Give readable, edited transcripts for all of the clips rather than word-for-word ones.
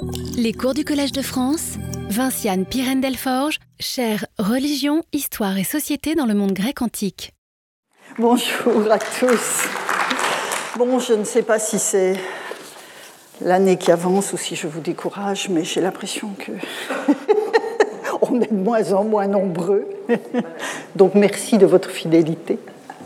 Les cours du Collège de France, Vinciane Pirène-Delforge, chaire Religion, Histoire et Société dans le monde grec antique. Bonjour à tous. Bon, je ne sais pas si c'est l'année qui avance ou si je vous décourage, mais j'ai l'impression que on est de moins en moins nombreux. Donc merci de votre fidélité.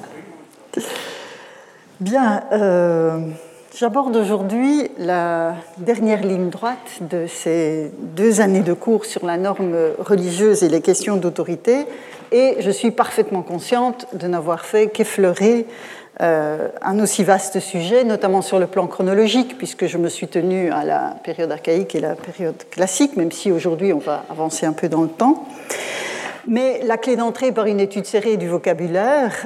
Bien, j'aborde aujourd'hui la dernière ligne droite de ces 2 années de cours sur la norme religieuse et les questions d'autorité, et je suis parfaitement consciente de n'avoir fait qu'effleurer un aussi vaste sujet, notamment sur le plan chronologique, puisque je me suis tenue à la période archaïque et la période classique, même si aujourd'hui on va avancer un peu dans le temps. Mais la clé d'entrée par une étude serrée du vocabulaire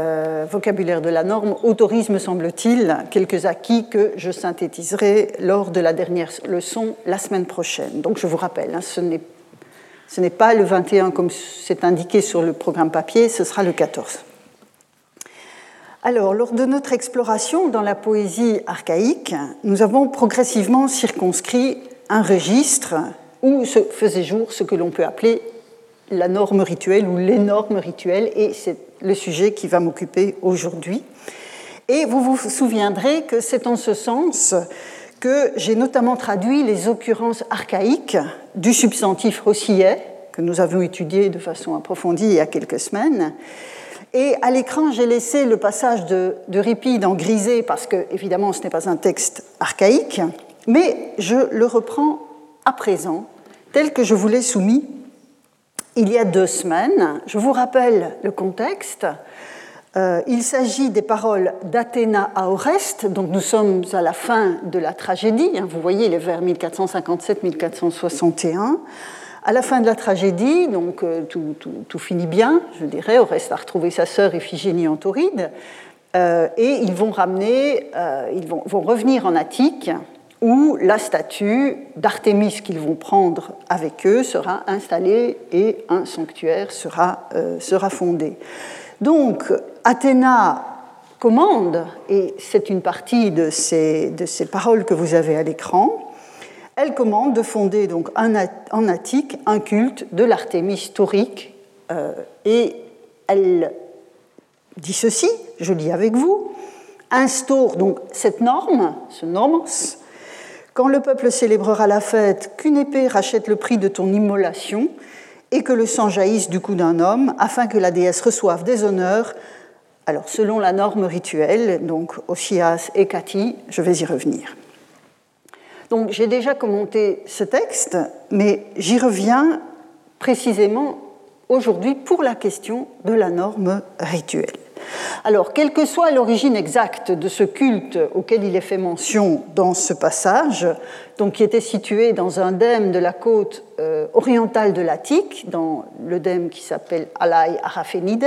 de la norme, autorise, me semble-t-il, quelques acquis que je synthétiserai lors de la dernière leçon la semaine prochaine. Donc je vous rappelle, ce n'est pas le 21 comme c'est indiqué sur le programme papier, ce sera le 14. Alors, lors de notre exploration dans la poésie archaïque, nous avons progressivement circonscrit un registre où se faisait jour ce que l'on peut appeler la norme rituelle ou les normes rituelles, et c'est le sujet qui va m'occuper aujourd'hui. Et vous vous souviendrez que c'est en ce sens que j'ai notamment traduit les occurrences archaïques du substantif rossillet, que nous avons étudié de façon approfondie il y a quelques semaines. Et à l'écran, j'ai laissé le passage d'Euripide en grisé parce que, évidemment, ce n'est pas un texte archaïque, mais je le reprends à présent, tel que je vous l'ai soumis il y a 2 semaines. Je vous rappelle le contexte. Il s'agit des paroles d'Athéna à Oreste, donc nous sommes à la fin de la tragédie, vous voyez les vers 1457-1461. À la fin de la tragédie, donc tout finit bien, je dirais. Oreste a retrouvé sa sœur Iphigénie en Tauride, et ils vont revenir en Attique, où la statue d'Artémis qu'ils vont prendre avec eux sera installée et un sanctuaire sera fondé. Donc, Athéna commande, et c'est une partie de ces paroles que vous avez à l'écran. Elle commande de fonder donc en Attique un culte de l'Artémis taurique, et elle dit ceci, je lis avec vous, instaure donc cette norme, ce nomos, quand le peuple célébrera la fête, qu'une épée rachète le prix de ton immolation et que le sang jaillisse du cou d'un homme, afin que la déesse reçoive des honneurs. Alors, selon la norme rituelle, donc Osias et Kati, je vais y revenir. Donc, j'ai déjà commenté ce texte, mais j'y reviens précisément aujourd'hui pour la question de la norme rituelle. Alors, quelle que soit l'origine exacte de ce culte auquel il est fait mention dans ce passage, donc qui était situé dans un dème de la côte orientale de l'Attique, dans le dème qui s'appelle Alai Araphénides,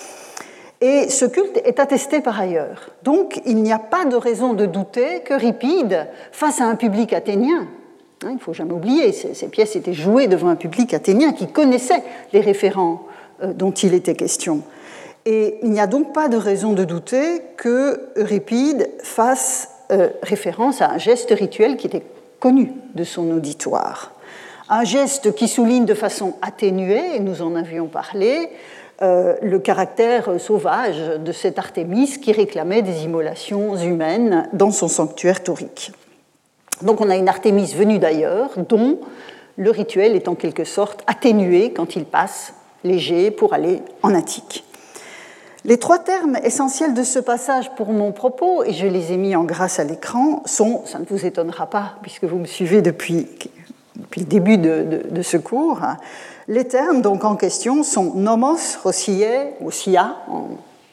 et ce culte est attesté par ailleurs. Donc, il n'y a pas de raison de douter qu'Euripide, face à un public athénien, il ne faut jamais oublier, ces pièces étaient jouées devant un public athénien qui connaissait les référents dont il était question. Et il n'y a donc pas de raison de douter qu'Euripide fasse référence à un geste rituel qui était connu de son auditoire. Un geste qui souligne de façon atténuée, et nous en avions parlé, le caractère sauvage de cette Artémis qui réclamait des immolations humaines dans son sanctuaire taurique. Donc on a une Artémis venue d'ailleurs, dont le rituel est en quelque sorte atténué quand il passe léger pour aller en Attique. Les 3 termes essentiels de ce passage pour mon propos, et je les ai mis en grâce à l'écran, sont, ça ne vous étonnera pas puisque vous me suivez depuis le début de ce cours, les termes donc en question sont nomos, rossillet, ou sia, en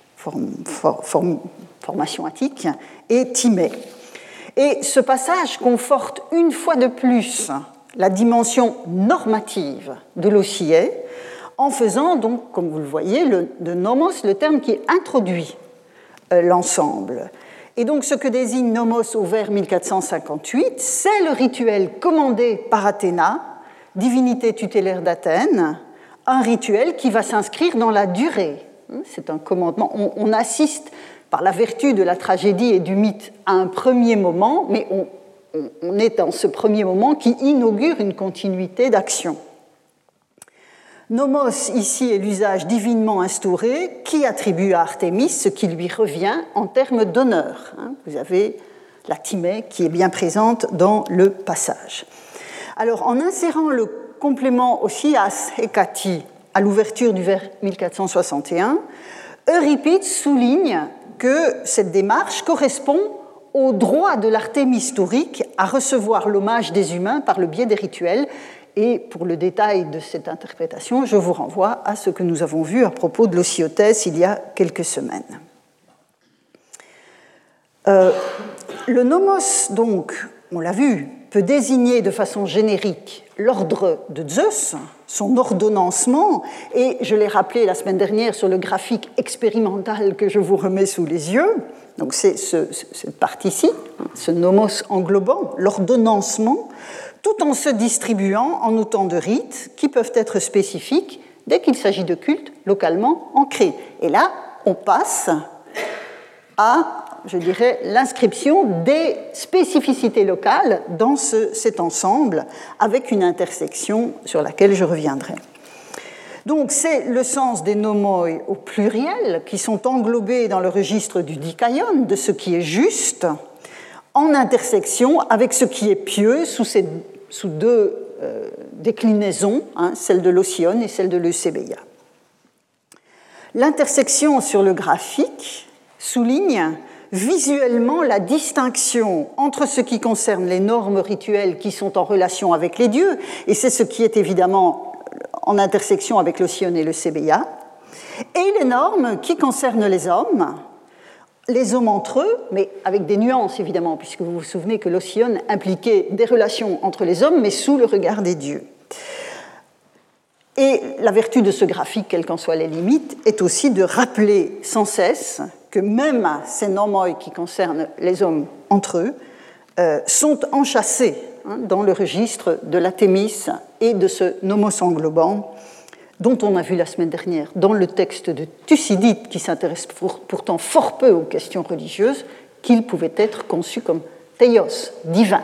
formation attique, et timé. Et ce passage conforte une fois de plus la dimension normative de l'ossillet, en faisant donc, comme vous le voyez, de nomos le terme qui introduit l'ensemble. Et donc ce que désigne nomos au vers 1458, c'est le rituel commandé par Athéna, divinité tutélaire d'Athènes, un rituel qui va s'inscrire dans la durée. C'est un commandement. On assiste, par la vertu de la tragédie et du mythe, à un premier moment, mais on est dans ce premier moment qui inaugure une continuité d'action. Nomos, ici, est l'usage divinement instauré qui attribue à Artémis ce qui lui revient en termes d'honneur. Vous avez la Timée qui est bien présente dans le passage. Alors, en insérant le complément Osias Hekati à l'ouverture du vers 1461, Euripide souligne que cette démarche correspond au droit de l'Artémis historique à recevoir l'hommage des humains par le biais des rituels. Et pour le détail de cette interprétation, je vous renvoie à ce que nous avons vu à propos de l'Osiothèse il y a quelques semaines. Le nomos, donc, on l'a vu, peut désigner de façon générique l'ordre de Zeus, son ordonnancement, et je l'ai rappelé la semaine dernière sur le graphique expérimental que je vous remets sous les yeux. Donc c'est cette partie-ci, ce nomos englobant, l'ordonnancement, tout en se distribuant en autant de rites qui peuvent être spécifiques dès qu'il s'agit de cultes localement ancrés. Et là, on passe à, je dirais, l'inscription des spécificités locales dans cet ensemble, avec une intersection sur laquelle je reviendrai. Donc, c'est le sens des nomoi au pluriel qui sont englobés dans le registre du dikaion, de ce qui est juste, en intersection avec ce qui est pieux sous deux déclinaisons, celle de l'Osion et celle de l'Eusebéia. L'intersection sur le graphique souligne visuellement la distinction entre ce qui concerne les normes rituelles qui sont en relation avec les dieux, et c'est ce qui est évidemment en intersection avec l'Osion et l'Eusebéia, et les normes qui concernent les hommes entre eux, mais avec des nuances évidemment, puisque vous vous souvenez que l'Osion impliquait des relations entre les hommes, mais sous le regard des dieux. Et la vertu de ce graphique, quelles qu'en soient les limites, est aussi de rappeler sans cesse que même ces nomoi qui concernent les hommes entre eux sont enchâssés dans le registre de l'Athémis et de ce nomos englobant dont on a vu la semaine dernière dans le texte de Thucydide, qui s'intéresse pourtant fort peu aux questions religieuses, qu'il pouvait être conçu comme théos, divin.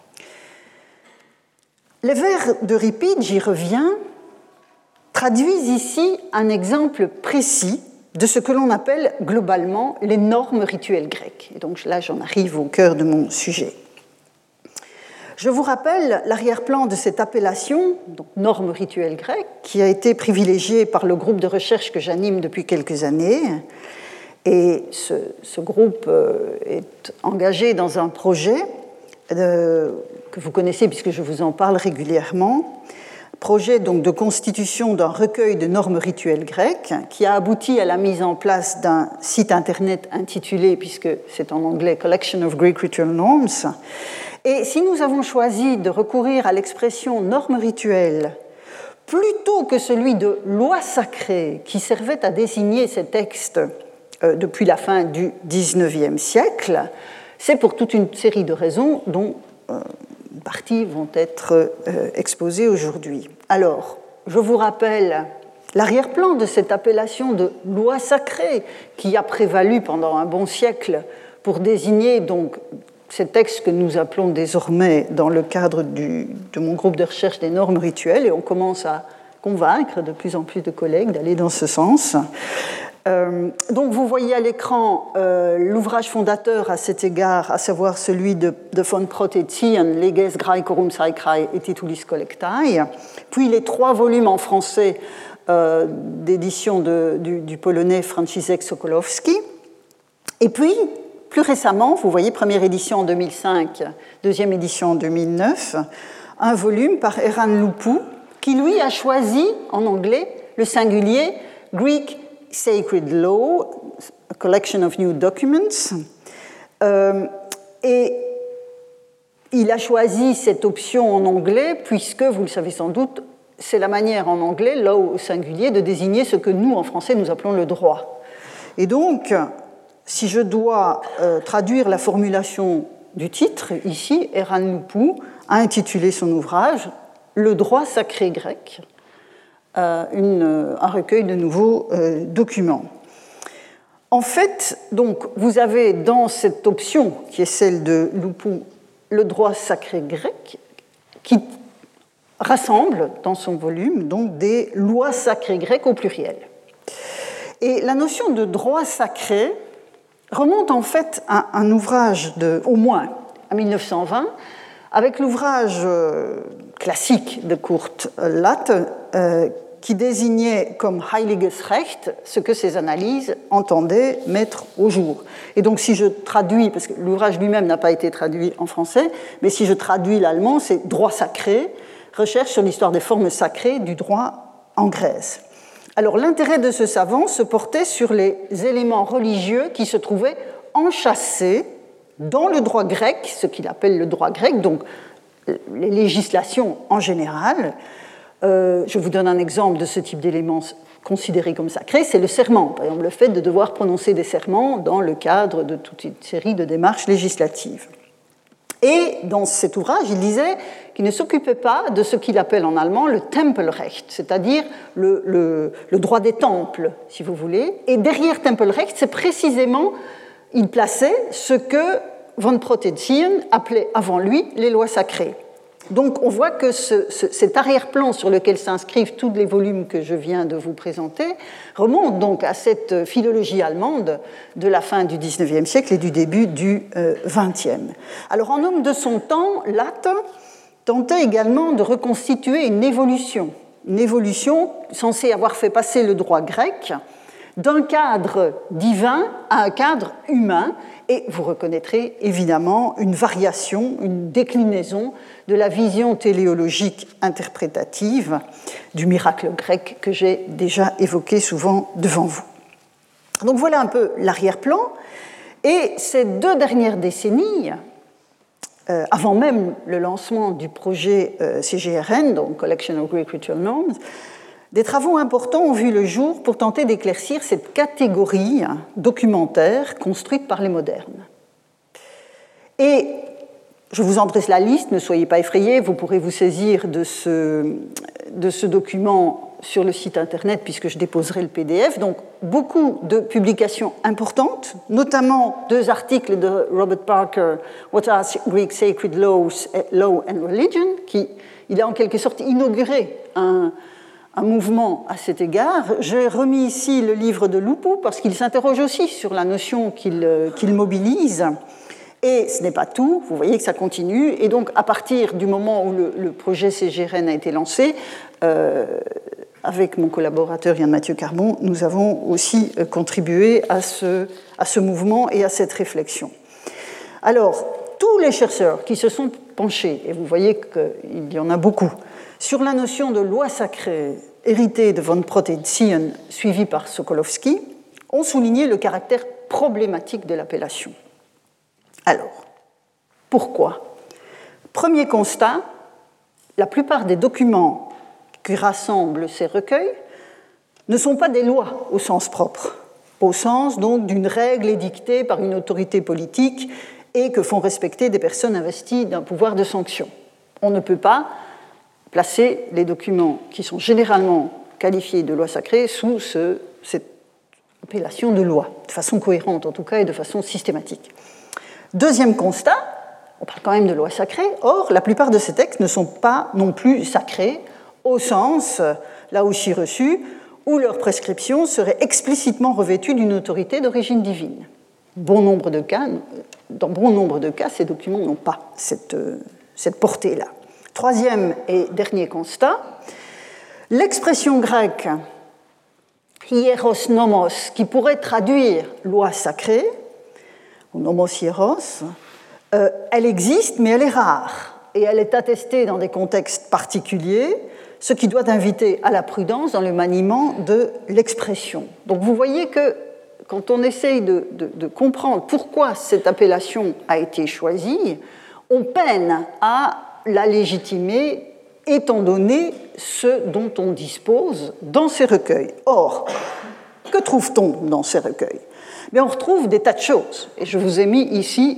Les vers d'Euripide, j'y reviens, traduisent ici un exemple précis de ce que l'on appelle globalement les normes rituelles grecques. Et donc là, j'en arrive au cœur de mon sujet. Je vous rappelle l'arrière-plan de cette appellation, donc normes rituelles grecques, qui a été privilégiée par le groupe de recherche que j'anime depuis quelques années. Et ce groupe est engagé dans un projet que vous connaissez puisque je vous en parle régulièrement, projet donc de constitution d'un recueil de normes rituelles grecques qui a abouti à la mise en place d'un site internet intitulé, puisque c'est en anglais, Collection of Greek Ritual Norms. Et si nous avons choisi de recourir à l'expression normes rituelles plutôt que celui de loi sacrée qui servait à désigner ces textes depuis la fin du XIXe siècle, c'est pour toute une série de raisons dont une partie vont être exposées aujourd'hui. Alors, je vous rappelle l'arrière-plan de cette appellation de loi sacrée qui a prévalu pendant un bon siècle pour désigner donc ces textes que nous appelons désormais dans le cadre de mon groupe de recherche des normes rituelles, et on commence à convaincre de plus en plus de collègues d'aller dans ce sens. Donc vous voyez à l'écran l'ouvrage fondateur à cet égard, à savoir celui de von Protetzian, Leges Graecorum Sacrae et Titulis Collectae, puis les 3 volumes en français d'édition du polonais Franciszek Sokolowski, et puis plus récemment, vous voyez, première édition en 2005, deuxième édition en 2009, un volume par Eran Lupu, qui lui a choisi en anglais le singulier Greek Sacred Law, a Collection of New Documents. Et il a choisi cette option en anglais puisque, vous le savez sans doute, c'est la manière en anglais, law au singulier, de désigner ce que nous, en français, nous appelons le droit. Et donc, si je dois traduire la formulation du titre, ici, Eran Lupu a intitulé son ouvrage « Le droit sacré grec », un recueil de nouveaux documents. En fait, donc, vous avez dans cette option, qui est celle de Lupu le droit sacré grec, qui rassemble dans son volume donc des lois sacrées grecques au pluriel. Et la notion de droit sacré remonte en fait à un ouvrage au moins à 1920, avec l'ouvrage classique de Kurt Latt, qui désignait comme Heiliges Recht ce que ces analyses entendaient mettre au jour. Et donc si je traduis, parce que l'ouvrage lui-même n'a pas été traduit en français, mais si je traduis l'allemand, c'est droit sacré, recherche sur l'histoire des formes sacrées du droit en Grèce. Alors l'intérêt de ce savant se portait sur les éléments religieux qui se trouvaient enchâssés dans le droit grec, ce qu'il appelle le droit grec, donc les législations en général. Je vous donne un exemple de ce type d'éléments considérés comme sacrés, c'est le serment, par exemple le fait de devoir prononcer des serments dans le cadre de toute une série de démarches législatives. Et dans cet ouvrage, il disait qu'il ne s'occupait pas de ce qu'il appelle en allemand le Tempelrecht, c'est-à-dire le droit des temples, si vous voulez. Et derrière Tempelrecht, c'est précisément, il plaçait ce que von Protezian appelait avant lui les lois sacrées. Donc on voit que cet arrière-plan sur lequel s'inscrivent tous les volumes que je viens de vous présenter remonte donc à cette philologie allemande de la fin du XIXe siècle et du début du XXe. Alors en homme de son temps, Latt tentait également de reconstituer une évolution censée avoir fait passer le droit grec d'un cadre divin à un cadre humain, et vous reconnaîtrez évidemment une variation, une déclinaison de la vision téléologique interprétative du miracle grec que j'ai déjà évoqué souvent devant vous. Donc voilà un peu l'arrière-plan, et ces 2 dernières décennies, avant même le lancement du projet CGRN, donc Collection of Greek Ritual Norms, des travaux importants ont vu le jour pour tenter d'éclaircir cette catégorie documentaire construite par les modernes. Et je vous en dresse la liste, ne soyez pas effrayés, vous pourrez vous saisir de ce document sur le site internet puisque je déposerai le PDF. Donc beaucoup de publications importantes, notamment 2 articles de Robert Parker, What are Greek Sacred Laws, Law and Religion, qui il a en quelque sorte inauguré un mouvement à cet égard. J'ai remis ici le livre de Lupu parce qu'il s'interroge aussi sur la notion qu'il mobilise. Et ce n'est pas tout, vous voyez que ça continue. Et donc, à partir du moment où le projet CGRN a été lancé, avec mon collaborateur Yann-Mathieu Carbon, nous avons aussi contribué à ce mouvement et à cette réflexion. Alors, tous les chercheurs qui se sont penchés, et vous voyez qu'il y en a beaucoup, sur la notion de loi sacrée héritée de von Protezian, suivie par Sokolovsky, ont souligné le caractère problématique de l'appellation. Alors, pourquoi ? Premier constat, la plupart des documents qui rassemblent ces recueils ne sont pas des lois au sens propre, au sens donc d'une règle édictée par une autorité politique et que font respecter des personnes investies d'un pouvoir de sanction. On ne peut pas placer les documents qui sont généralement qualifiés de loi sacrée sous cette appellation de loi, de façon cohérente en tout cas et de façon systématique. Deuxième constat, on parle quand même de loi sacrée, or la plupart de ces textes ne sont pas non plus sacrés au sens, là aussi reçu, où leur prescription serait explicitement revêtue d'une autorité d'origine divine. Dans bon nombre de cas, ces documents n'ont pas cette portée-là. Troisième et dernier constat, l'expression grecque hieros nomos, qui pourrait traduire loi sacrée, ou nomos hieros, elle existe, mais elle est rare, et elle est attestée dans des contextes particuliers, ce qui doit inviter à la prudence dans le maniement de l'expression. Donc vous voyez que quand on essaye de comprendre pourquoi cette appellation a été choisie, on peine à la légitimer étant donné ce dont on dispose dans ces recueils. Or, que trouve-t-on dans ces recueils ? Mais on retrouve des tas de choses. Et je vous ai mis ici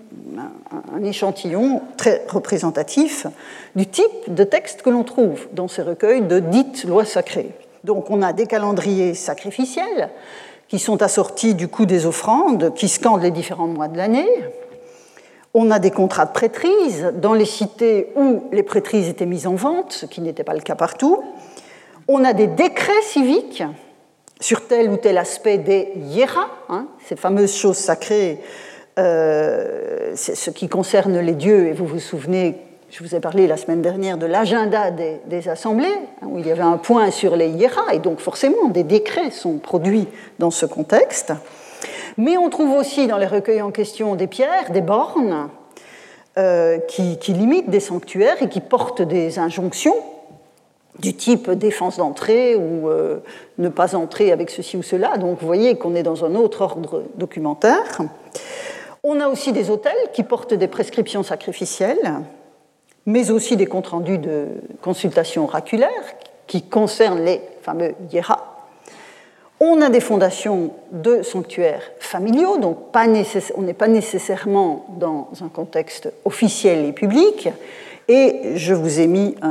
un échantillon très représentatif du type de texte que l'on trouve dans ces recueils de dites lois sacrées. Donc on a des calendriers sacrificiels qui sont assortis du coût des offrandes, qui scandent les différents mois de l'année. On a des contrats de prêtrise dans les cités où les prêtrises étaient mises en vente, ce qui n'était pas le cas partout. On a des décrets civiques sur tel ou tel aspect des hiéras, ces fameuses choses sacrées, c'est ce qui concerne les dieux. Et vous vous souvenez, je vous ai parlé la semaine dernière de l'agenda des assemblées, où il y avait un point sur les hiéras, et donc forcément des décrets sont produits dans ce contexte. Mais on trouve aussi dans les recueils en question des pierres, des bornes, qui limitent des sanctuaires et qui portent des injonctions du type défense d'entrée ou ne pas entrer avec ceci ou cela. Donc vous voyez qu'on est dans un autre ordre documentaire. On a aussi des autels qui portent des prescriptions sacrificielles, mais aussi des comptes rendus de consultations oraculaires qui concernent les fameux hiéras. On a des fondations de sanctuaires familiaux, donc on n'est pas nécessairement dans un contexte officiel et public. Et je vous ai mis un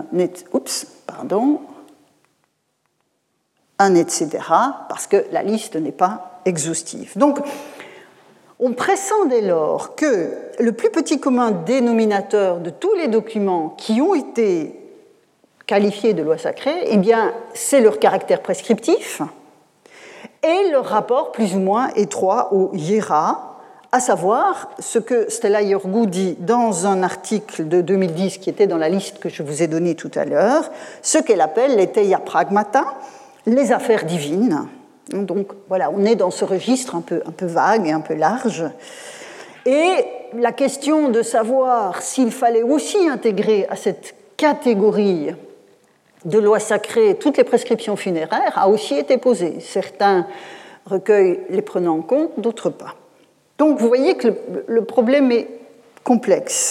etc., parce que la liste n'est pas exhaustive. Donc, on pressent dès lors que le plus petit commun dénominateur de tous les documents qui ont été qualifiés de loi sacrée, eh bien, c'est leur caractère prescriptif et leur rapport plus ou moins étroit au hiéra, à savoir ce que Stella Iorgu dit dans un article de 2010 qui était dans la liste que je vous ai donnée tout à l'heure, ce qu'elle appelle les theia pragmata, les affaires divines. Donc voilà, on est dans ce registre un peu vague et un peu large. Et la question de savoir s'il fallait aussi intégrer à cette catégorie de loi sacrée toutes les prescriptions funéraires a aussi été posée. Certains recueils les prenant en compte, d'autres pas. Donc vous voyez que le problème est complexe.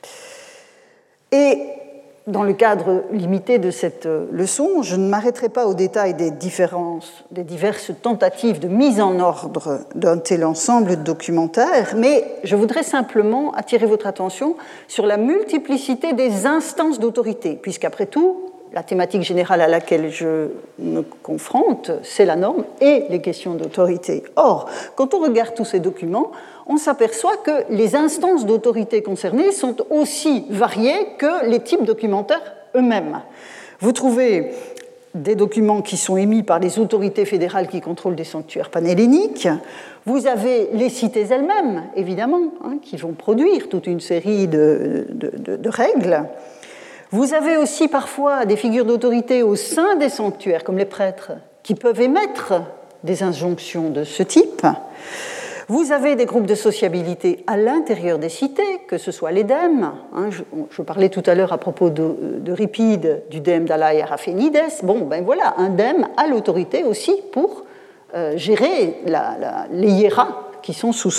Et dans le cadre limité de cette leçon, je ne m'arrêterai pas au détail des diverses tentatives de mise en ordre d'un tel ensemble documentaire, mais je voudrais simplement attirer votre attention sur la multiplicité des instances d'autorité, puisqu'après tout, la thématique générale à laquelle je me confronte, c'est la norme et les questions d'autorité. Or, quand on regarde tous ces documents, on s'aperçoit que les instances d'autorité concernées sont aussi variées que les types documentaires eux-mêmes. Vous trouvez des documents qui sont émis par les autorités fédérales qui contrôlent des sanctuaires panhelléniques. Vous avez les cités elles-mêmes, évidemment, qui vont produire toute une série de règles. Vous avez aussi parfois des figures d'autorité au sein des sanctuaires, comme les prêtres, qui peuvent émettre des injonctions de ce type. Vous avez des groupes de sociabilité à l'intérieur des cités, que ce soit les dèmes. Je parlais tout à l'heure à propos d'Euripide, du dème d'Alaï Araphénides. Bon, ben voilà, un dème a l'autorité aussi pour gérer les hiéras qui sont sous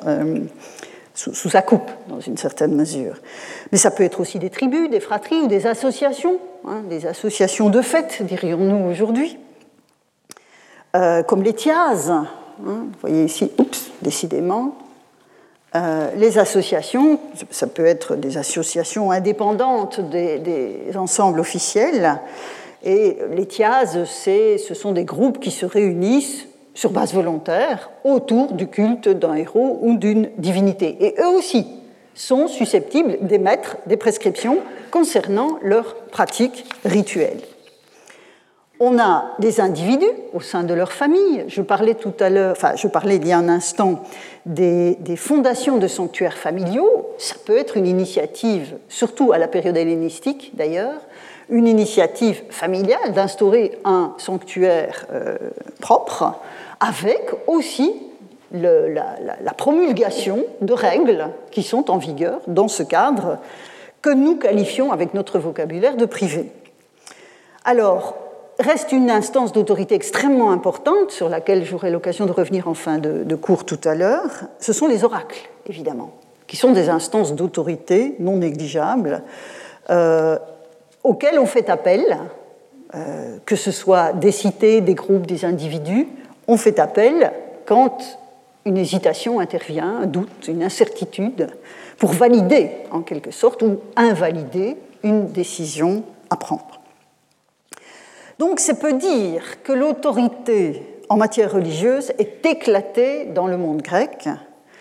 sa coupe, dans une certaine mesure. Mais ça peut être aussi des tribus, des fratries ou des associations de fêtes, dirions-nous aujourd'hui, comme les thiazes. Vous voyez ici, décidément, les associations, ça peut être des associations indépendantes des ensembles officiels, et les thiazes, ce sont des groupes qui se réunissent sur base volontaire, autour du culte d'un héros ou d'une divinité. Et eux aussi sont susceptibles d'émettre des prescriptions concernant leurs pratiques rituelles. On a des individus au sein de leur famille. Je parlais il y a un instant des fondations de sanctuaires familiaux. Ça peut être une initiative, surtout à la période hellénistique d'ailleurs, une initiative familiale d'instaurer un sanctuaire propre, avec aussi la promulgation de règles qui sont en vigueur dans ce cadre que nous qualifions avec notre vocabulaire de privé. Alors, reste une instance d'autorité extrêmement importante sur laquelle j'aurai l'occasion de revenir en fin de cours tout à l'heure, ce sont les oracles, évidemment, qui sont des instances d'autorité non négligeables auxquelles on fait appel, que ce soit des cités, des groupes, des individus, on fait appel quand une hésitation intervient, un doute, une incertitude, pour valider, en quelque sorte, ou invalider une décision à prendre. Donc, c'est peu dire que l'autorité en matière religieuse est éclatée dans le monde grec,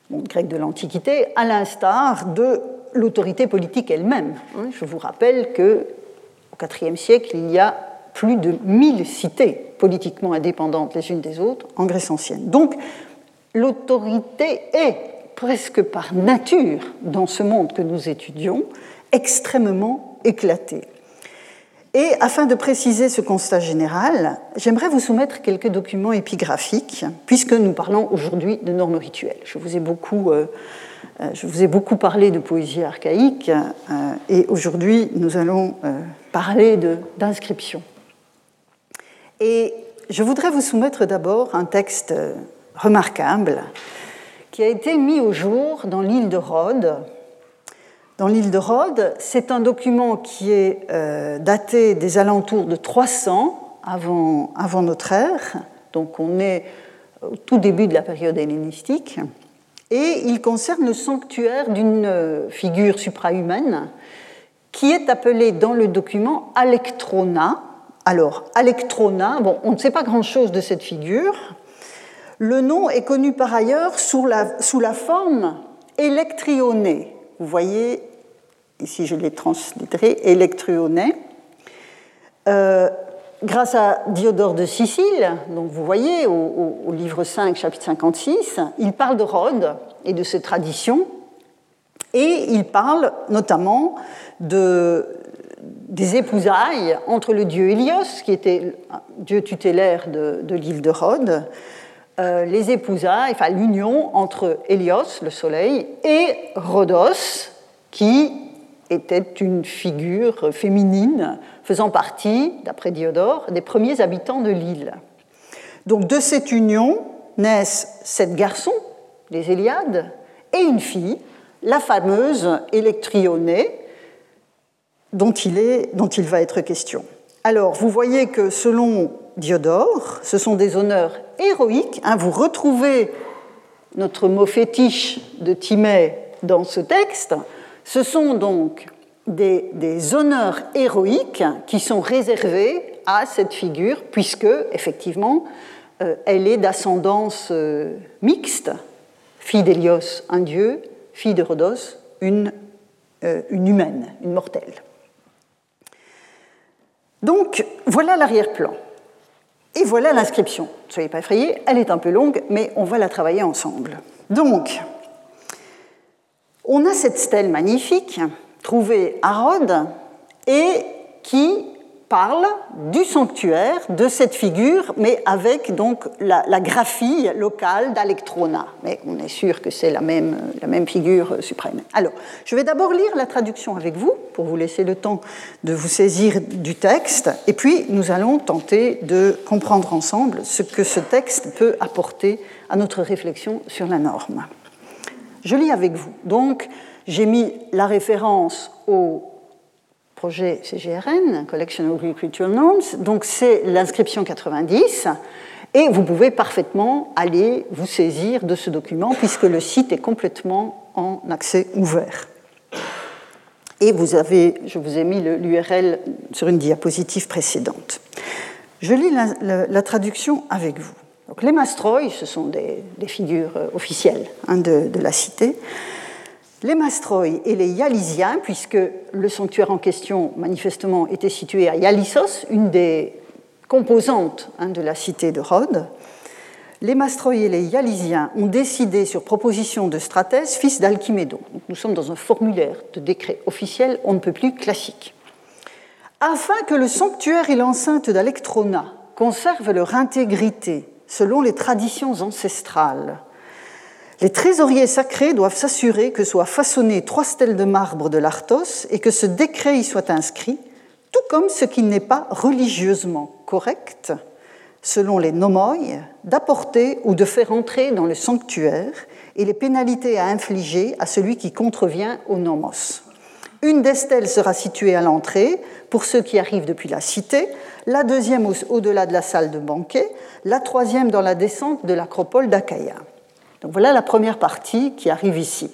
monde grec de l'Antiquité, à l'instar de l'autorité politique elle-même. Je vous rappelle qu'au IVe siècle, il y a plus de 1000 cités politiquement indépendantes les unes des autres en Grèce ancienne. Donc, l'autorité est, presque par nature, dans ce monde que nous étudions, extrêmement éclatée. Et afin de préciser ce constat général, j'aimerais vous soumettre quelques documents épigraphiques, puisque nous parlons aujourd'hui de normes rituelles. Je vous ai beaucoup parlé de poésie archaïque, et aujourd'hui nous allons parler d'inscriptions. Et je voudrais vous soumettre d'abord un texte remarquable qui a été mis au jour dans l'île de Rhodes. Dans l'île de Rhodes, c'est un document qui est daté des alentours de 300 avant notre ère, donc on est au tout début de la période hellénistique, et il concerne le sanctuaire d'une figure suprahumaine qui est appelée dans le document Alectrona. Alors, Alectrona, bon, on ne sait pas grand-chose de cette figure. Le nom est connu par ailleurs sous la forme électrionée. Vous voyez, ici je l'ai translittéré, électrionée. Grâce à Diodore de Sicile, donc vous voyez au livre 5, chapitre 56, il parle de Rhodes et de ses traditions, et il parle notamment des épousailles entre le dieu Hélios, qui était dieu tutélaire de l'île de Rhodes, les épousailles, enfin l'union entre Hélios, le soleil, et Rhodos, qui était une figure féminine faisant partie, d'après Diodore, des premiers habitants de l'île. Donc de cette union naissent 7 garçons, les Héliades, et une fille, la fameuse Électrionée, dont il va être question. Alors, vous voyez que selon Diodore, ce sont des honneurs héroïques. Vous retrouvez notre mot fétiche de Timée dans ce texte. Ce sont donc des honneurs héroïques qui sont réservés à cette figure, puisque, effectivement, elle est d'ascendance mixte, fille d'Hélios, un dieu, fille de Rhodos, une humaine, une mortelle. Donc, voilà l'arrière-plan. Et voilà l'inscription. Ne soyez pas effrayés, elle est un peu longue, mais on va la travailler ensemble. Donc, on a cette stèle magnifique, trouvée à Rhodes, et qui parle du sanctuaire, de cette figure, mais avec donc la graphie locale d'Alectrona. Mais on est sûr que c'est la même figure suprême. Alors, je vais d'abord lire la traduction avec vous, pour vous laisser le temps de vous saisir du texte, et puis nous allons tenter de comprendre ensemble ce que ce texte peut apporter à notre réflexion sur la norme. Je lis avec vous. Donc, j'ai mis la référence au projet CGRN, Collection of Greek Ritual Norms, donc c'est l'inscription 90, et vous pouvez parfaitement aller vous saisir de ce document, puisque le site est complètement en accès ouvert. Et je vous ai mis l'URL sur une diapositive précédente. Je lis la traduction avec vous. Donc, les mastroi, ce sont des figures officielles de la cité. Les mastroi et les Ialisiens, puisque le sanctuaire en question, manifestement, était situé à Ialissos, une des composantes de la cité de Rhodes, les mastroi et les Ialisiens ont décidé, sur proposition de Stratès, fils d'Alchimédon. Donc, nous sommes dans un formulaire de décret officiel, on ne peut plus classique. Afin que le sanctuaire et l'enceinte d'Alectrona conservent leur intégrité selon les traditions ancestrales, les trésoriers sacrés doivent s'assurer que soient façonnées 3 stèles de marbre de l'Arthos et que ce décret y soit inscrit, tout comme ce qui n'est pas religieusement correct, selon les nomoi, d'apporter ou de faire entrer dans le sanctuaire et les pénalités à infliger à celui qui contrevient aux nomos. Une des stèles sera située à l'entrée pour ceux qui arrivent depuis la cité, la deuxième au-delà de la salle de banquet, la troisième dans la descente de l'acropole d'Achaïa. Donc voilà la première partie qui arrive ici.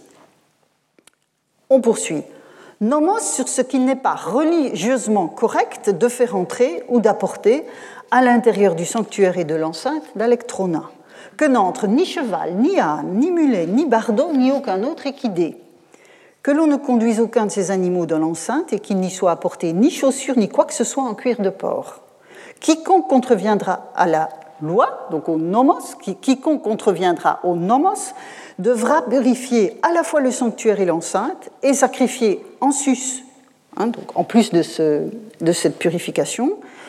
On poursuit. Nomos sur ce qu'il n'est pas religieusement correct de faire entrer ou d'apporter à l'intérieur du sanctuaire et de l'enceinte d'Alectrona, que n'entre ni cheval, ni âne, ni mulet, ni bardeau, ni aucun autre équidé, que l'on ne conduise aucun de ces animaux dans l'enceinte et qu'il n'y soit apporté ni chaussures, ni quoi que ce soit en cuir de porc. Quiconque contreviendra à la loi, donc au nomos, quiconque contreviendra au nomos, devra purifier à la fois le sanctuaire et l'enceinte et sacrifier en sus, donc en plus de cette purification,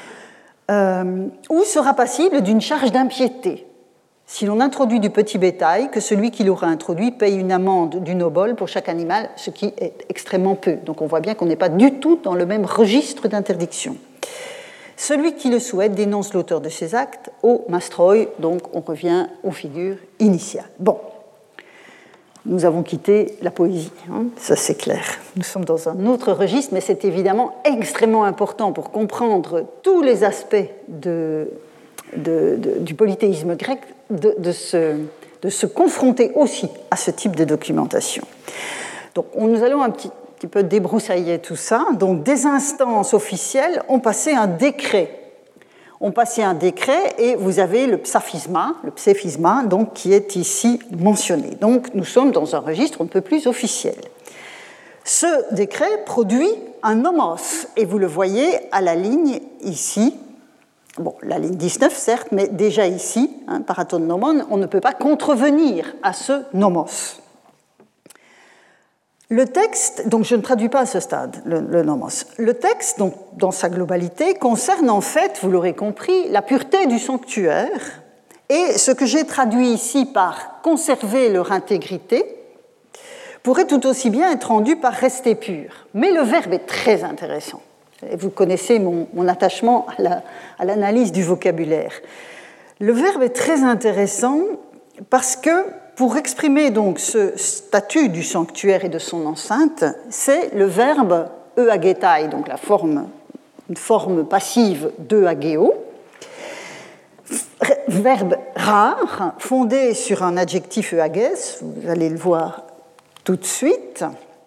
ou sera passible d'une charge d'impiété. Si l'on introduit du petit bétail, que celui qui l'aura introduit paye une amende d'une obole pour chaque animal, ce qui est extrêmement peu. Donc on voit bien qu'on n'est pas du tout dans le même registre d'interdiction. Celui qui le souhaite dénonce l'auteur de ces actes au mastroi, donc on revient aux figures initiales. Bon, nous avons quitté la poésie, ça c'est clair. Nous sommes dans un autre registre, mais c'est évidemment extrêmement important pour comprendre tous les aspects du polythéisme grec, de se confronter aussi à ce type de documentation. Donc nous allons un petit peu débroussailler tout ça. Donc des instances officielles ont passé un décret. Et vous avez le pséphisma, donc, qui est ici mentionné. Donc nous sommes dans un registre un peu plus officiel. Ce décret produit un nomos, et vous le voyez à la ligne ici. Bon, la ligne 19, certes, mais déjà ici, paraton nomon, on ne peut pas contrevenir à ce nomos. Le texte, donc je ne traduis pas à ce stade le nomos. Le texte, donc, dans sa globalité, concerne en fait, vous l'aurez compris, la pureté du sanctuaire, et ce que j'ai traduit ici par conserver leur intégrité pourrait tout aussi bien être rendu par rester pur. Mais le verbe est très intéressant. Et vous connaissez mon attachement à l'analyse du vocabulaire. Le verbe est très intéressant parce que pour exprimer donc ce statut du sanctuaire et de son enceinte, c'est le verbe euagetai, donc une forme passive d'euageo, verbe rare, fondé sur un adjectif euages, vous allez le voir tout de suite,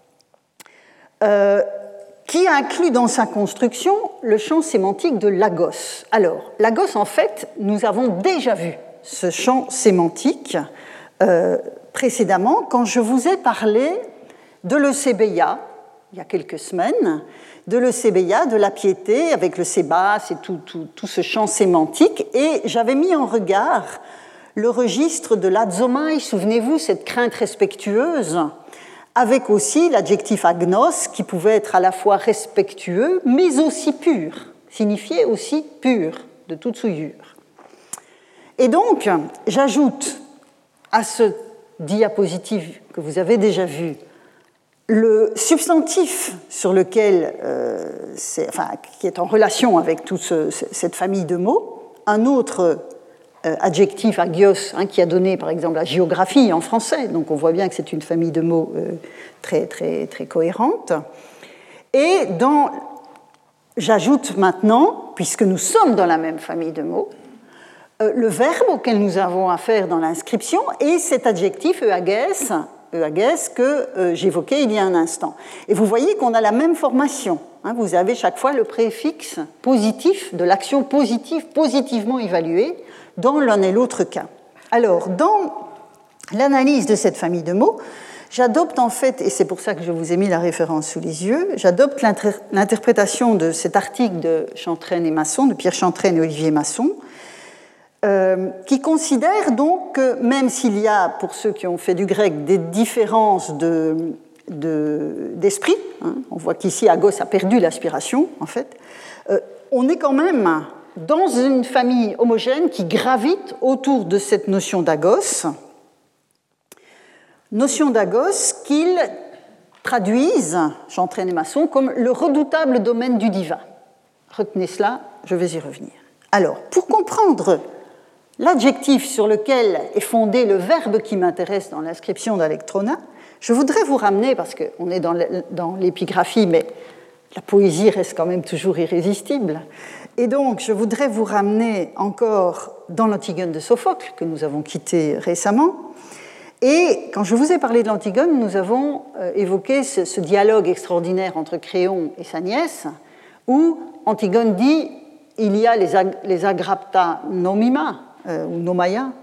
qui inclut dans sa construction le champ sémantique de lagos. Alors, lagos, en fait, nous avons déjà vu ce champ sémantique précédemment quand je vous ai parlé de l'eusébeia, il y a quelques semaines, de l'eusébeia, de la piété, avec le sébas et tout ce champ sémantique, et j'avais mis en regard le registre de l'adzomai, souvenez-vous, cette crainte respectueuse, avec aussi l'adjectif agnos, qui pouvait être à la fois respectueux, mais aussi pur, signifiait aussi pur, de toute souillure. Et donc, j'ajoute à ce diapositive que vous avez déjà vu, le substantif sur lequel, qui est en relation avec toute cette famille de mots, un autre adjectif agios, qui a donné par exemple la géographie en français, donc on voit bien que c'est une famille de mots très, très, très cohérente. Et j'ajoute maintenant, puisque nous sommes dans la même famille de mots, le verbe auquel nous avons affaire dans l'inscription et cet adjectif euages que j'évoquais il y a un instant. Et vous voyez qu'on a la même formation. Vous avez chaque fois le préfixe positif de l'action positive, positivement évaluée, dans l'un et l'autre cas. Alors, dans l'analyse de cette famille de mots, j'adopte en fait, et c'est pour ça que je vous ai mis la référence sous les yeux, j'adopte l'interprétation de cet article de Chantraine et Masson, de Pierre Chantraine et Olivier Masson, qui considère donc que même s'il y a, pour ceux qui ont fait du grec, des différences d'esprit, on voit qu'ici agos a perdu l'aspiration, en fait, on est quand même dans une famille homogène qui gravite autour de cette notion d'agos qu'ils traduisent, Chantraine et Masson, comme le redoutable domaine du divin. Retenez cela, je vais y revenir. Alors, pour comprendre l'adjectif sur lequel est fondé le verbe qui m'intéresse dans l'inscription d'Alectrona, je voudrais vous ramener, parce qu'on est dans l'épigraphie, mais la poésie reste quand même toujours irrésistible, et donc je voudrais vous ramener encore dans l'Antigone de Sophocle, que nous avons quitté récemment, et quand je vous ai parlé de l'Antigone, nous avons évoqué ce dialogue extraordinaire entre Créon et sa nièce, où Antigone dit « il y a les agrapta nomima » ou nomaya,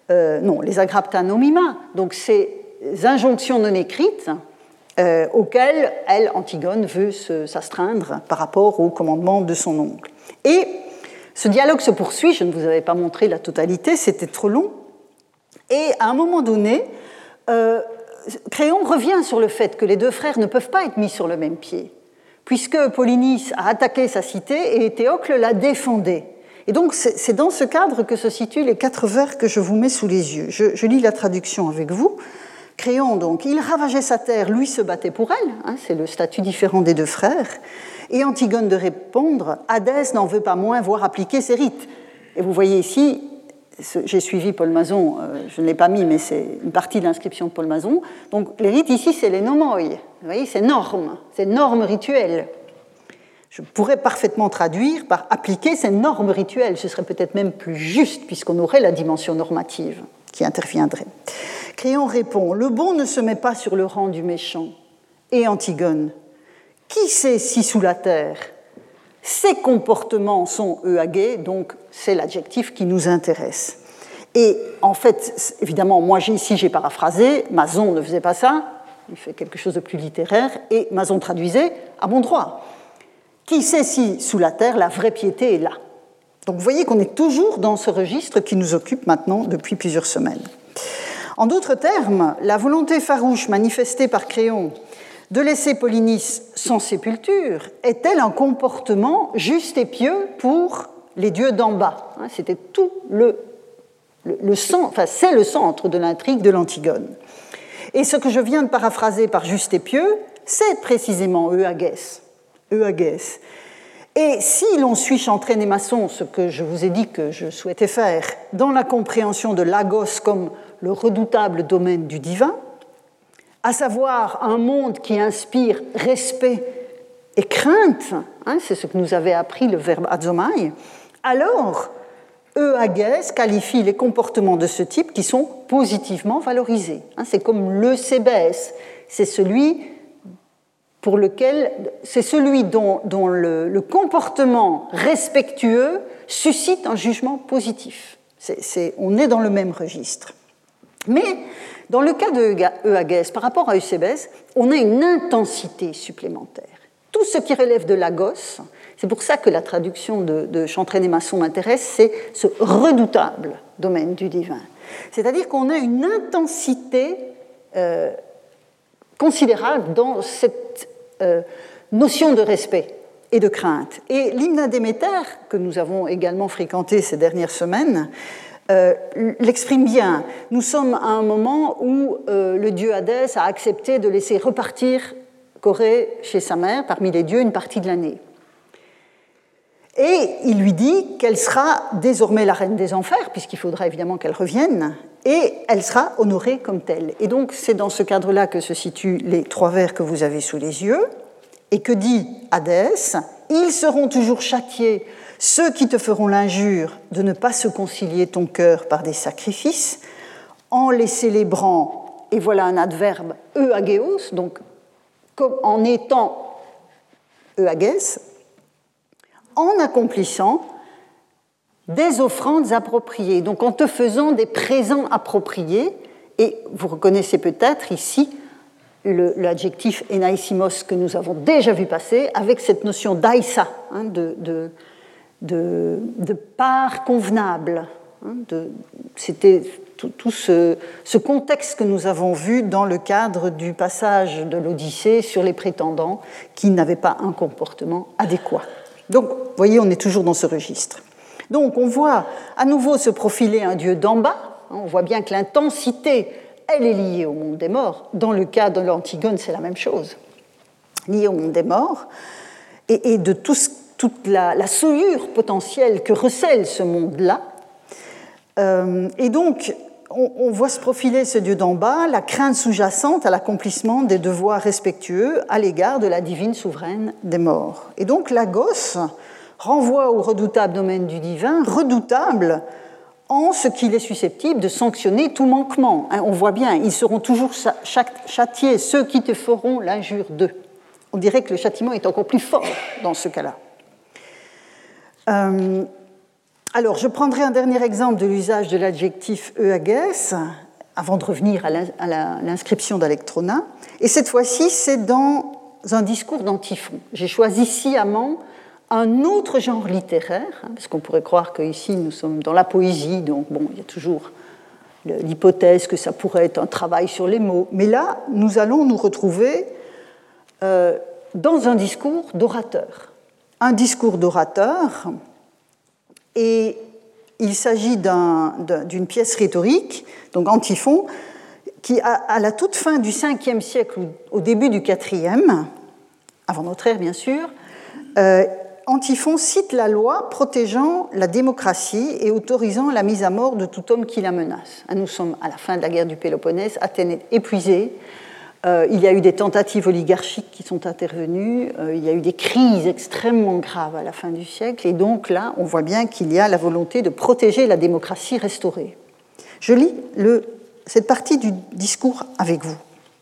non, les agrapta nomima, donc ces injonctions non écrites auxquelles elle, Antigone, veut s'astreindre par rapport au commandement de son oncle. Et ce dialogue se poursuit, je ne vous avais pas montré la totalité, c'était trop long, et à un moment donné, Créon revient sur le fait que les deux frères ne peuvent pas être mis sur le même pied, puisque Polynice a attaqué sa cité et Théocle la défendait. Et donc c'est dans ce cadre que se situent les 4 vers que je vous mets sous les yeux. Je lis la traduction avec vous. Créon, donc, il ravageait sa terre, lui se battait pour elle, hein, c'est le statut différent des deux frères, et Antigone de répondre, Hadès n'en veut pas moins voir appliquer ses rites. Et vous voyez ici, j'ai suivi Paul Mazon, je ne l'ai pas mis, mais c'est une partie de l'inscription de Paul Mazon, donc les rites ici, c'est les nomoi, vous voyez, c'est normes rituelles. Je pourrais parfaitement traduire par appliquer ces normes rituelles, ce serait peut-être même plus juste, puisqu'on aurait la dimension normative qui interviendrait. Créon répond, le bon ne se met pas sur le rang du méchant. Et Antigone, qui sait si sous la terre ces comportements sont euagés, donc c'est l'adjectif qui nous intéresse. Et en fait, évidemment, moi ici j'ai paraphrasé, Mazon ne faisait pas ça, il fait quelque chose de plus littéraire, et Mazon traduisait à bon droit. Qui sait si sous la terre la vraie piété est là? Donc vous voyez qu'on est toujours dans ce registre qui nous occupe maintenant depuis plusieurs semaines. En d'autres termes, la volonté farouche manifestée par Créon de laisser Polynice sans sépulture est-elle un comportement juste et pieux pour les dieux d'en bas? C'était tout c'est le centre de l'intrigue de l'Antigone. Et ce que je viens de paraphraser par juste et pieux, c'est précisément euagès. Et si l'on suit Chantraine et Masson, ce que je vous ai dit que je souhaitais faire, dans la compréhension de l'agos comme le redoutable domaine du divin, à savoir un monde qui inspire respect et crainte, hein, c'est ce que nous avait appris le verbe azomai, alors euagès qualifie les comportements de ce type qui sont positivement valorisés. Hein, c'est comme le sébès, c'est celui dont le comportement respectueux suscite un jugement positif. On est dans le même registre. Mais dans le cas de euagès, par rapport à eusébès, on a une intensité supplémentaire. Tout ce qui relève de l'agos, c'est pour ça que la traduction de Chantraine et Masson m'intéresse, c'est ce redoutable domaine du divin. C'est-à-dire qu'on a une intensité considérable dans cette notion de respect et de crainte. Et l'hymne à Déméter, que nous avons également fréquenté ces dernières semaines, l'exprime bien. Nous sommes à un moment où le dieu Hadès a accepté de laisser repartir Corée chez sa mère, parmi les dieux, une partie de l'année. Et il lui dit qu'elle sera désormais la reine des enfers, puisqu'il faudra évidemment qu'elle revienne, et elle sera honorée comme telle. Et donc c'est dans ce cadre-là que se situent les 3 vers que vous avez sous les yeux, et que dit Hadès, « Ils seront toujours châtiés, ceux qui te feront l'injure de ne pas se concilier ton cœur par des sacrifices, en les célébrant, et voilà un adverbe, euagéos, donc comme en étant euagès, en accomplissant des offrandes appropriées, donc en te faisant des présents appropriés, et vous reconnaissez peut-être ici l'adjectif enaisimos que nous avons déjà vu passer, avec cette notion d'aïsa, hein, de part convenable. Hein, c'était tout ce contexte que nous avons vu dans le cadre du passage de l'Odyssée sur les prétendants qui n'avaient pas un comportement adéquat. Donc, vous voyez, on est toujours dans ce registre. Donc, on voit à nouveau se profiler un dieu d'en bas. On voit bien que l'intensité, elle est liée au monde des morts. Dans le cas de l'Antigone, c'est la même chose. Liée au monde des morts et de toute la souillure potentielle que recèle ce monde-là. Et donc, on voit se profiler ce dieu d'en bas, la crainte sous-jacente à l'accomplissement des devoirs respectueux à l'égard de la divine souveraine des morts. Et donc, Lagos renvoie au redoutable domaine du divin, redoutable en ce qu'il est susceptible de sanctionner tout manquement. On voit bien, ils seront toujours châtiés, ceux qui te feront l'injure d'eux. On dirait que le châtiment est encore plus fort dans ce cas-là. Alors, je prendrai un dernier exemple de l'usage de l'adjectif euages, avant de revenir à l'inscription d'Alectrona. Et cette fois-ci, c'est dans un discours d'Antiphon. J'ai choisi sciemment un autre genre littéraire, parce qu'on pourrait croire qu'ici, nous sommes dans la poésie, donc bon, il y a toujours l'hypothèse que ça pourrait être un travail sur les mots. Mais là, nous allons nous retrouver dans un discours d'orateur. Un discours d'orateur, et il s'agit d'une pièce rhétorique, donc Antiphon, qui, à la toute fin du 5e siècle, au début du 4e, avant notre ère bien sûr, Antiphon cite la loi protégeant la démocratie et autorisant la mise à mort de tout homme qui la menace. Nous sommes à la fin de la guerre du Péloponnèse, Athènes est épuisée, il y a eu des tentatives oligarchiques qui sont intervenues, il y a eu des crises extrêmement graves à la fin du siècle, et donc là, on voit bien qu'il y a la volonté de protéger la démocratie restaurée. Je lis cette partie du discours avec vous.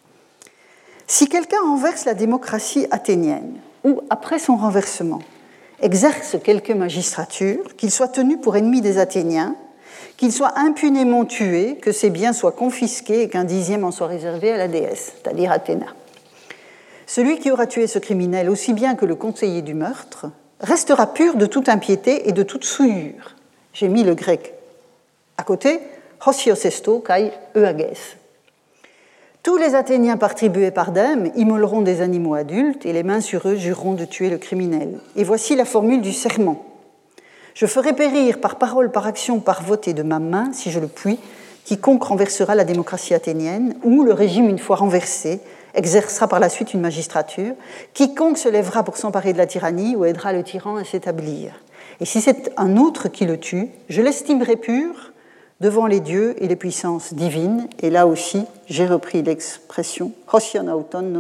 Si quelqu'un renverse la démocratie athénienne, ou après son renversement, exerce quelque magistrature, qu'il soit tenu pour ennemi des Athéniens, qu'il soit impunément tué, que ses biens soient confisqués et qu'un 10e en soit réservé à la déesse, c'est-à-dire Athéna. Celui qui aura tué ce criminel, aussi bien que le conseiller du meurtre, restera pur de toute impiété et de toute souillure. J'ai mis le grec à côté, hosios esto kai euages. Tous les Athéniens par tribu et par dème immoleront des animaux adultes et les mains sur eux jureront de tuer le criminel. Et voici la formule du serment. Je ferai périr par parole, par action, par vote et de ma main, si je le puis, quiconque renversera la démocratie athénienne, ou le régime une fois renversé, exercera par la suite une magistrature, quiconque se lèvera pour s'emparer de la tyrannie ou aidera le tyran à s'établir. Et si c'est un autre qui le tue, je l'estimerai pur devant les dieux et les puissances divines. Et là aussi, j'ai repris l'expression « hosion auton nomio ».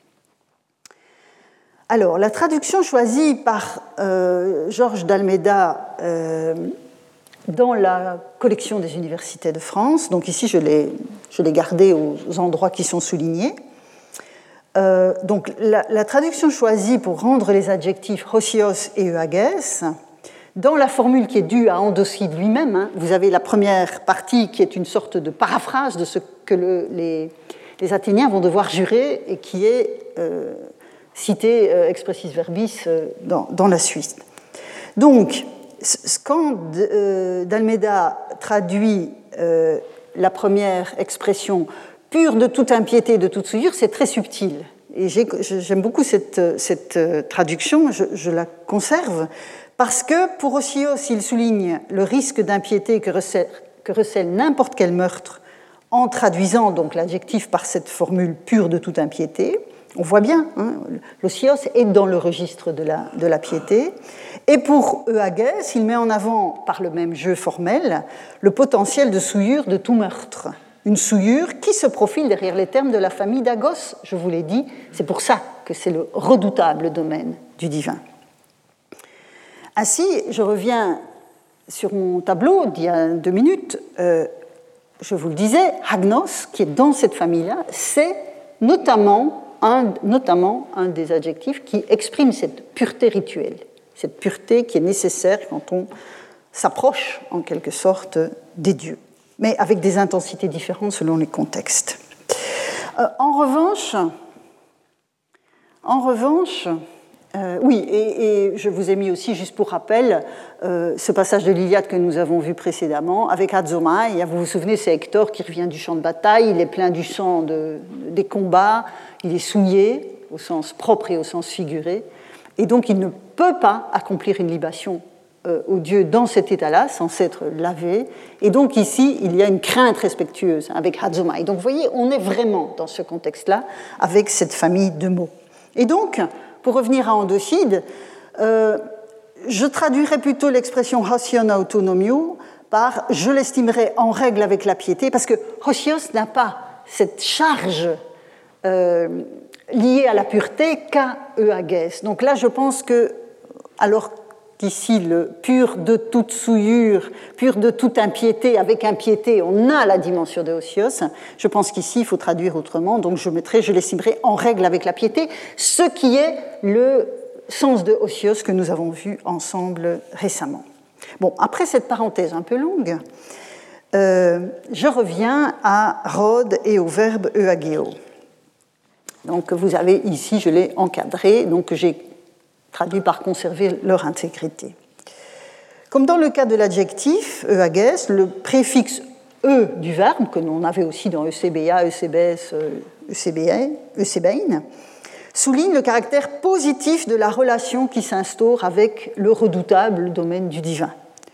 Alors, la traduction choisie par Georges d'Almeida dans la collection des universités de France, donc ici je l'ai gardée aux endroits qui sont soulignés. Donc, la traduction choisie pour rendre les adjectifs hosios et euages, dans la formule qui est due à Andocide lui-même, vous avez la première partie qui est une sorte de paraphrase de ce que les Athéniens vont devoir jurer et qui est cité expressis verbis dans la suite. Donc, quand d'Almeida traduit la première expression « pure de toute impiété, de toute souillure », c'est très subtil. Et j'aime beaucoup cette traduction, je la conserve, parce que pour Hosios, il souligne le risque d'impiété que recèle n'importe quel meurtre en traduisant donc l'adjectif par cette formule pure de toute impiété. On voit bien, l'Hosios est dans le registre de la piété. Et pour euages, il met en avant, par le même jeu formel, le potentiel de souillure de tout meurtre. Une souillure qui se profile derrière les termes de la famille d'Agos, je vous l'ai dit, c'est pour ça que c'est le redoutable domaine du divin. Ainsi, je reviens sur mon tableau d'il y a 2 minutes, je vous le disais, Hagnos, qui est dans cette famille-là, c'est notamment un des adjectifs qui exprime cette pureté rituelle, cette pureté qui est nécessaire quand on s'approche en quelque sorte des dieux, mais avec des intensités différentes selon les contextes. En revanche, oui, et je vous ai mis aussi, juste pour rappel, ce passage de l'Iliade que nous avons vu précédemment, avec Azomai. Vous vous souvenez, c'est Hector qui revient du champ de bataille, il est plein du sang des combats, il est souillé, au sens propre et au sens figuré, et donc il ne peut pas accomplir une libation au Dieu dans cet état-là, sans s'être lavé, et donc ici, il y a une crainte respectueuse avec Azomai. Donc vous voyez, on est vraiment dans ce contexte-là, avec cette famille de mots. Et donc, pour revenir à Andocide, je traduirais plutôt l'expression hosion autonomio par « je l'estimerai en règle avec la piété », parce que hosios n'a pas cette charge liée à la pureté qu'à euages. Donc là, je pense que, alors qu'ici, le pur de toute souillure, pur de toute impiété, avec impiété, on a la dimension de hosios, je pense qu'ici, il faut traduire autrement, donc je mettrai « je l'estimerai en règle avec la piété », ce qui est le sens de hosios que nous avons vu ensemble récemment. Bon, après cette parenthèse un peu longue, je reviens à Rhodes et au verbe euageo. Donc vous avez ici, je l'ai encadré, donc j'ai traduit par conserver leur intégrité. Comme dans le cas de l'adjectif euages, le préfixe e du verbe, que l'on avait aussi dans ECBA, ECBS, ECBEIN, souligne le caractère positif de la relation qui s'instaure avec le redoutable domaine du divin.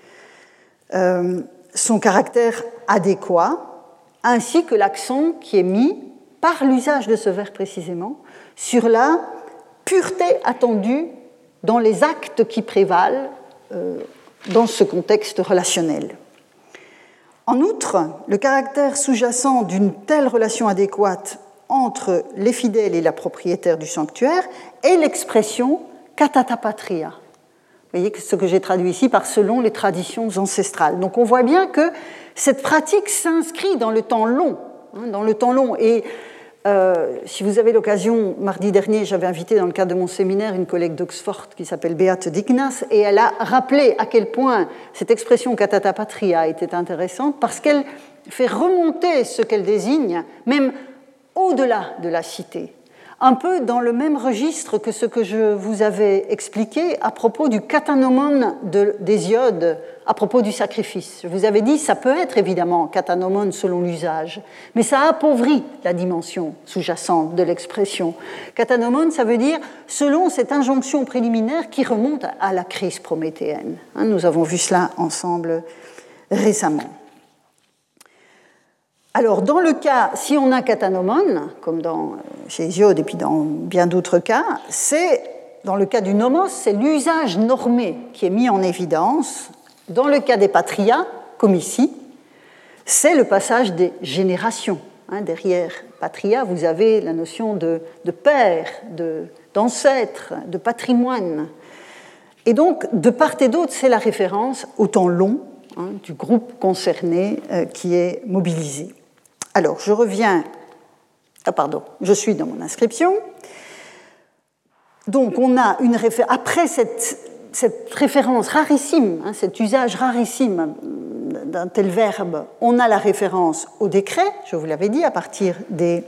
Son caractère adéquat, ainsi que l'accent qui est mis, par l'usage de ce verbe précisément, sur la pureté attendue dans les actes qui prévalent dans ce contexte relationnel. En outre, le caractère sous-jacent d'une telle relation adéquate entre les fidèles et la propriétaire du sanctuaire est l'expression katata patria. Vous voyez ce que j'ai traduit ici par selon les traditions ancestrales. Donc on voit bien que cette pratique s'inscrit dans le temps long. Et si vous avez l'occasion, mardi dernier, j'avais invité dans le cadre de mon séminaire une collègue d'Oxford qui s'appelle Beate Dignas, et elle a rappelé à quel point cette expression katata patria était intéressante parce qu'elle fait remonter ce qu'elle désigne, même au-delà de la cité, un peu dans le même registre que ce que je vous avais expliqué à propos du katanomon d'Hésiode, à propos du sacrifice. Je vous avais dit, ça peut être évidemment katanomon selon l'usage, mais ça appauvrit la dimension sous-jacente de l'expression. Katanomon, ça veut dire selon cette injonction préliminaire qui remonte à la crise prométhéenne. Nous avons vu cela ensemble récemment. Alors, dans le cas, si on a katanomon, comme chez Hésiode et puis dans bien d'autres cas, c'est, dans le cas du nomos, c'est l'usage normé qui est mis en évidence. Dans le cas des patria, comme ici, c'est le passage des générations. Derrière patria, vous avez la notion de père, d'ancêtre, de patrimoine. Et donc, de part et d'autre, c'est la référence au temps long du groupe concerné qui est mobilisé. Alors, je reviens... je suis dans mon inscription. Donc, on a une référence... Après cette référence rarissime, cet usage rarissime d'un tel verbe, on a la référence au décret, je vous l'avais dit, à partir des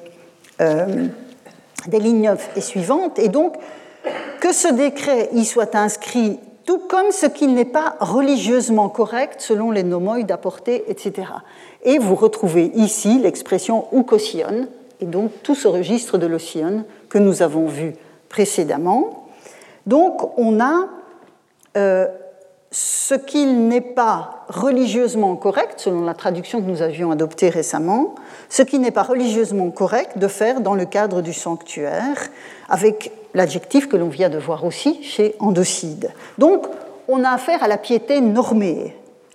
lignes 9 et suivantes, et donc que ce décret y soit inscrit, tout comme ce qui n'est pas religieusement correct selon les nomoïdes apportés, etc. Et vous retrouvez ici l'expression oukosion, et donc tout ce registre de l'osion que nous avons vu précédemment. Donc on a ce qu'il n'est pas religieusement correct, selon la traduction que nous avions adoptée récemment, ce qui n'est pas religieusement correct de faire dans le cadre du sanctuaire, avec l'adjectif que l'on vient de voir aussi chez Endocide. Donc, on a affaire à la piété normée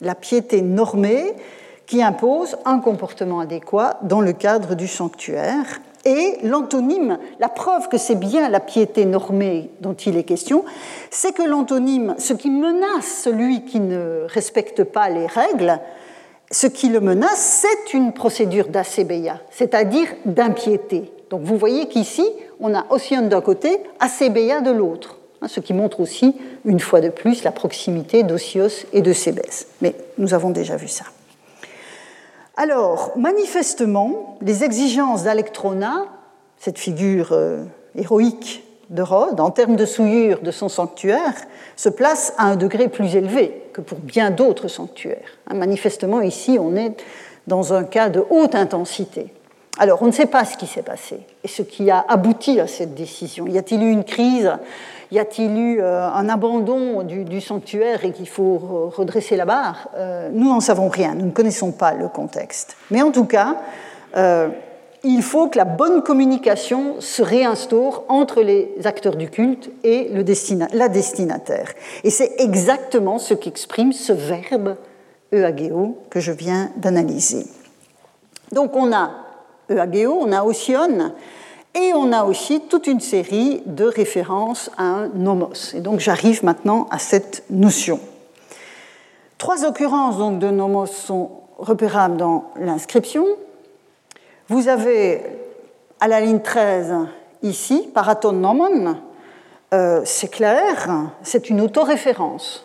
qui impose un comportement adéquat dans le cadre du sanctuaire. Et l'antonyme, la preuve que c'est bien la piété normée dont il est question, c'est que l'antonyme, ce qui menace celui qui ne respecte pas les règles, ce qui le menace, c'est une procédure d'assébeia, c'est-à-dire d'impiété. Donc vous voyez qu'ici, on a osion d'un côté, assébeia de l'autre, ce qui montre aussi, une fois de plus, la proximité d'Osios et de Sébès. Mais nous avons déjà vu ça. Alors, manifestement, les exigences d'Alectrona, cette figure héroïque de Rhodes, en termes de souillure de son sanctuaire, se placent à un degré plus élevé que pour bien d'autres sanctuaires. Manifestement, ici, on est dans un cas de haute intensité. Alors, on ne sait pas ce qui s'est passé et ce qui a abouti à cette décision. Y a-t-il eu une crise ? Y a-t-il eu un abandon du sanctuaire et qu'il faut redresser la barre ? Nous n'en savons rien, nous ne connaissons pas le contexte. Mais en tout cas, il faut que la bonne communication se réinstaure entre les acteurs du culte et la destinataire. Et c'est exactement ce qu'exprime ce verbe euageo que je viens d'analyser. Donc on a euageo, on a osion, et on a aussi toute une série de références à un nomos. Et donc j'arrive maintenant à cette notion. 3 occurrences donc, de nomos sont repérables dans l'inscription. Vous avez à la ligne 13 ici, paraton nomon, c'est clair, c'est une autoréférence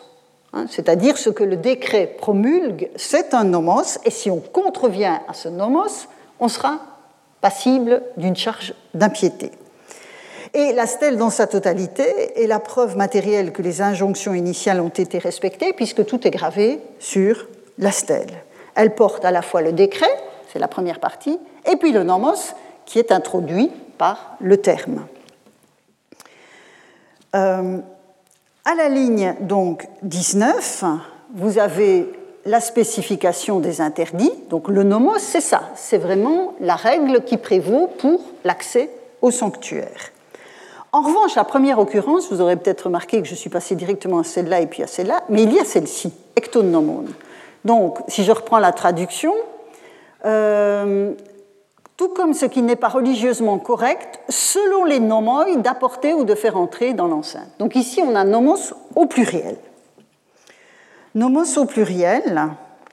c'est-à-dire ce que le décret promulgue, c'est un nomos, et si on contrevient à ce nomos, on sera passible d'une charge d'impiété. Et la stèle dans sa totalité est la preuve matérielle que les injonctions initiales ont été respectées, puisque tout est gravé sur la stèle. Elle porte à la fois le décret, c'est la première partie, et puis le nomos, qui est introduit par le terme. À la ligne donc 19, vous avez la spécification des interdits. Donc le nomos, c'est ça, c'est vraiment la règle qui prévaut pour l'accès au sanctuaire. En revanche, la première occurrence, vous aurez peut-être remarqué que je suis passée directement à celle-là et puis à celle-là, mais il y a celle-ci, ekton nomon. Donc, si je reprends la traduction, tout comme ce qui n'est pas religieusement correct, selon les nomoi, d'apporter ou de faire entrer dans l'enceinte. Donc ici, on a nomos au pluriel. Nomos au pluriel,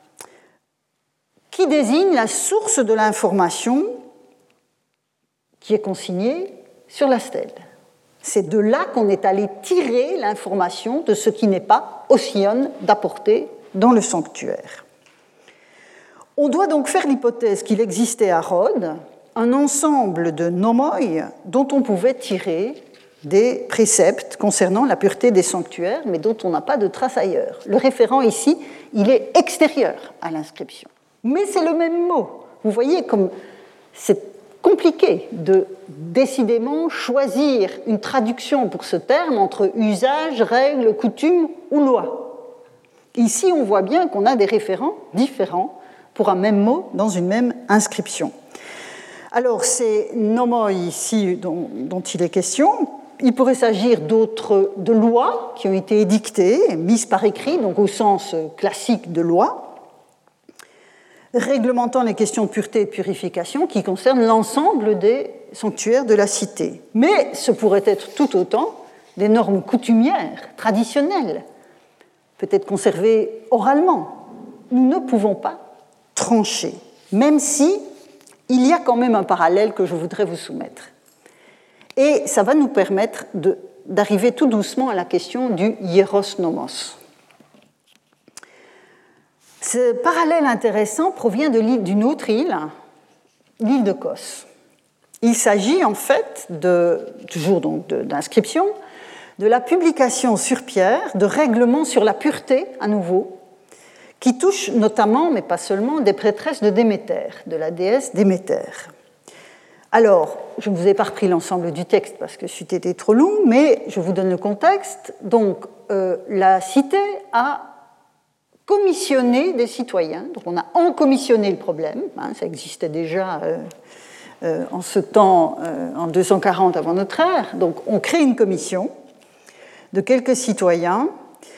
qui désigne la source de l'information qui est consignée sur la stèle. C'est de là qu'on est allé tirer l'information de ce qui n'est pas ossion d'apporter dans le sanctuaire. On doit donc faire l'hypothèse qu'il existait à Rhodes un ensemble de nomoi dont on pouvait tirer des préceptes concernant la pureté des sanctuaires, mais dont on n'a pas de trace ailleurs. Le référent ici, il est extérieur à l'inscription. Mais c'est le même mot. Vous voyez comme c'est compliqué de décidément choisir une traduction pour ce terme entre usage, règle, coutume ou loi. Ici, on voit bien qu'on a des référents différents pour un même mot dans une même inscription. Alors, ces nomoi ici dont il est question, il pourrait s'agir de lois qui ont été édictées, mises par écrit, donc au sens classique de loi, réglementant les questions de pureté et de purification qui concernent l'ensemble des sanctuaires de la cité. Mais ce pourrait être tout autant des normes coutumières, traditionnelles, peut-être conservées oralement. Nous ne pouvons pas trancher, même si il y a quand même un parallèle que je voudrais vous soumettre. Et ça va nous permettre d'arriver tout doucement à la question du hieros nomos. Ce parallèle intéressant provient d'une autre île, l'île de Kos. Il s'agit en fait, toujours d'inscription, de la publication sur pierre de règlements sur la pureté, à nouveau, qui touchent notamment, mais pas seulement, des prêtresses de Déméter, de la déesse Déméter. Alors, je ne vous ai pas repris l'ensemble du texte parce que c'eût été trop long, mais je vous donne le contexte. Donc, la cité a commissionné des citoyens. Donc, on a encommissionné le problème. Ça existait déjà en ce temps, en 240 avant notre ère. Donc, on crée une commission de quelques citoyens.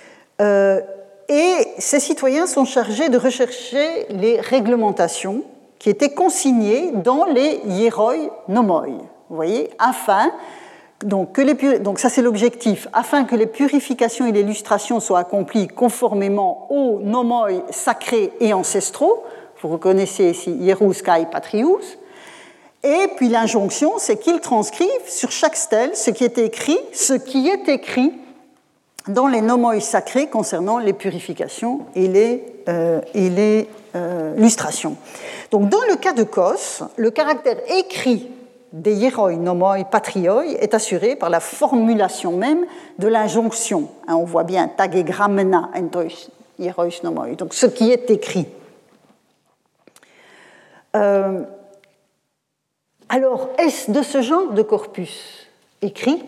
Et ces citoyens sont chargés de rechercher les réglementations qui étaient consignées dans les hieroi nomoi. Vous voyez, donc ça c'est l'objectif, afin que les purifications et les lustrations soient accomplies conformément aux nomoi sacrés et ancestraux. Vous reconnaissez ici hierus kai patrius. Et puis l'injonction, c'est qu'ils transcrivent sur chaque stèle ce qui est écrit dans les nomoi sacrés concernant les purifications et les lustrations. Donc, dans le cas de Kos, le caractère écrit des hieroi nomoi patrioi est assuré par la formulation même de l'injonction. On voit bien tage gramena entois hieroi nomoi, donc ce qui est écrit. Alors, est-ce de ce genre de corpus écrit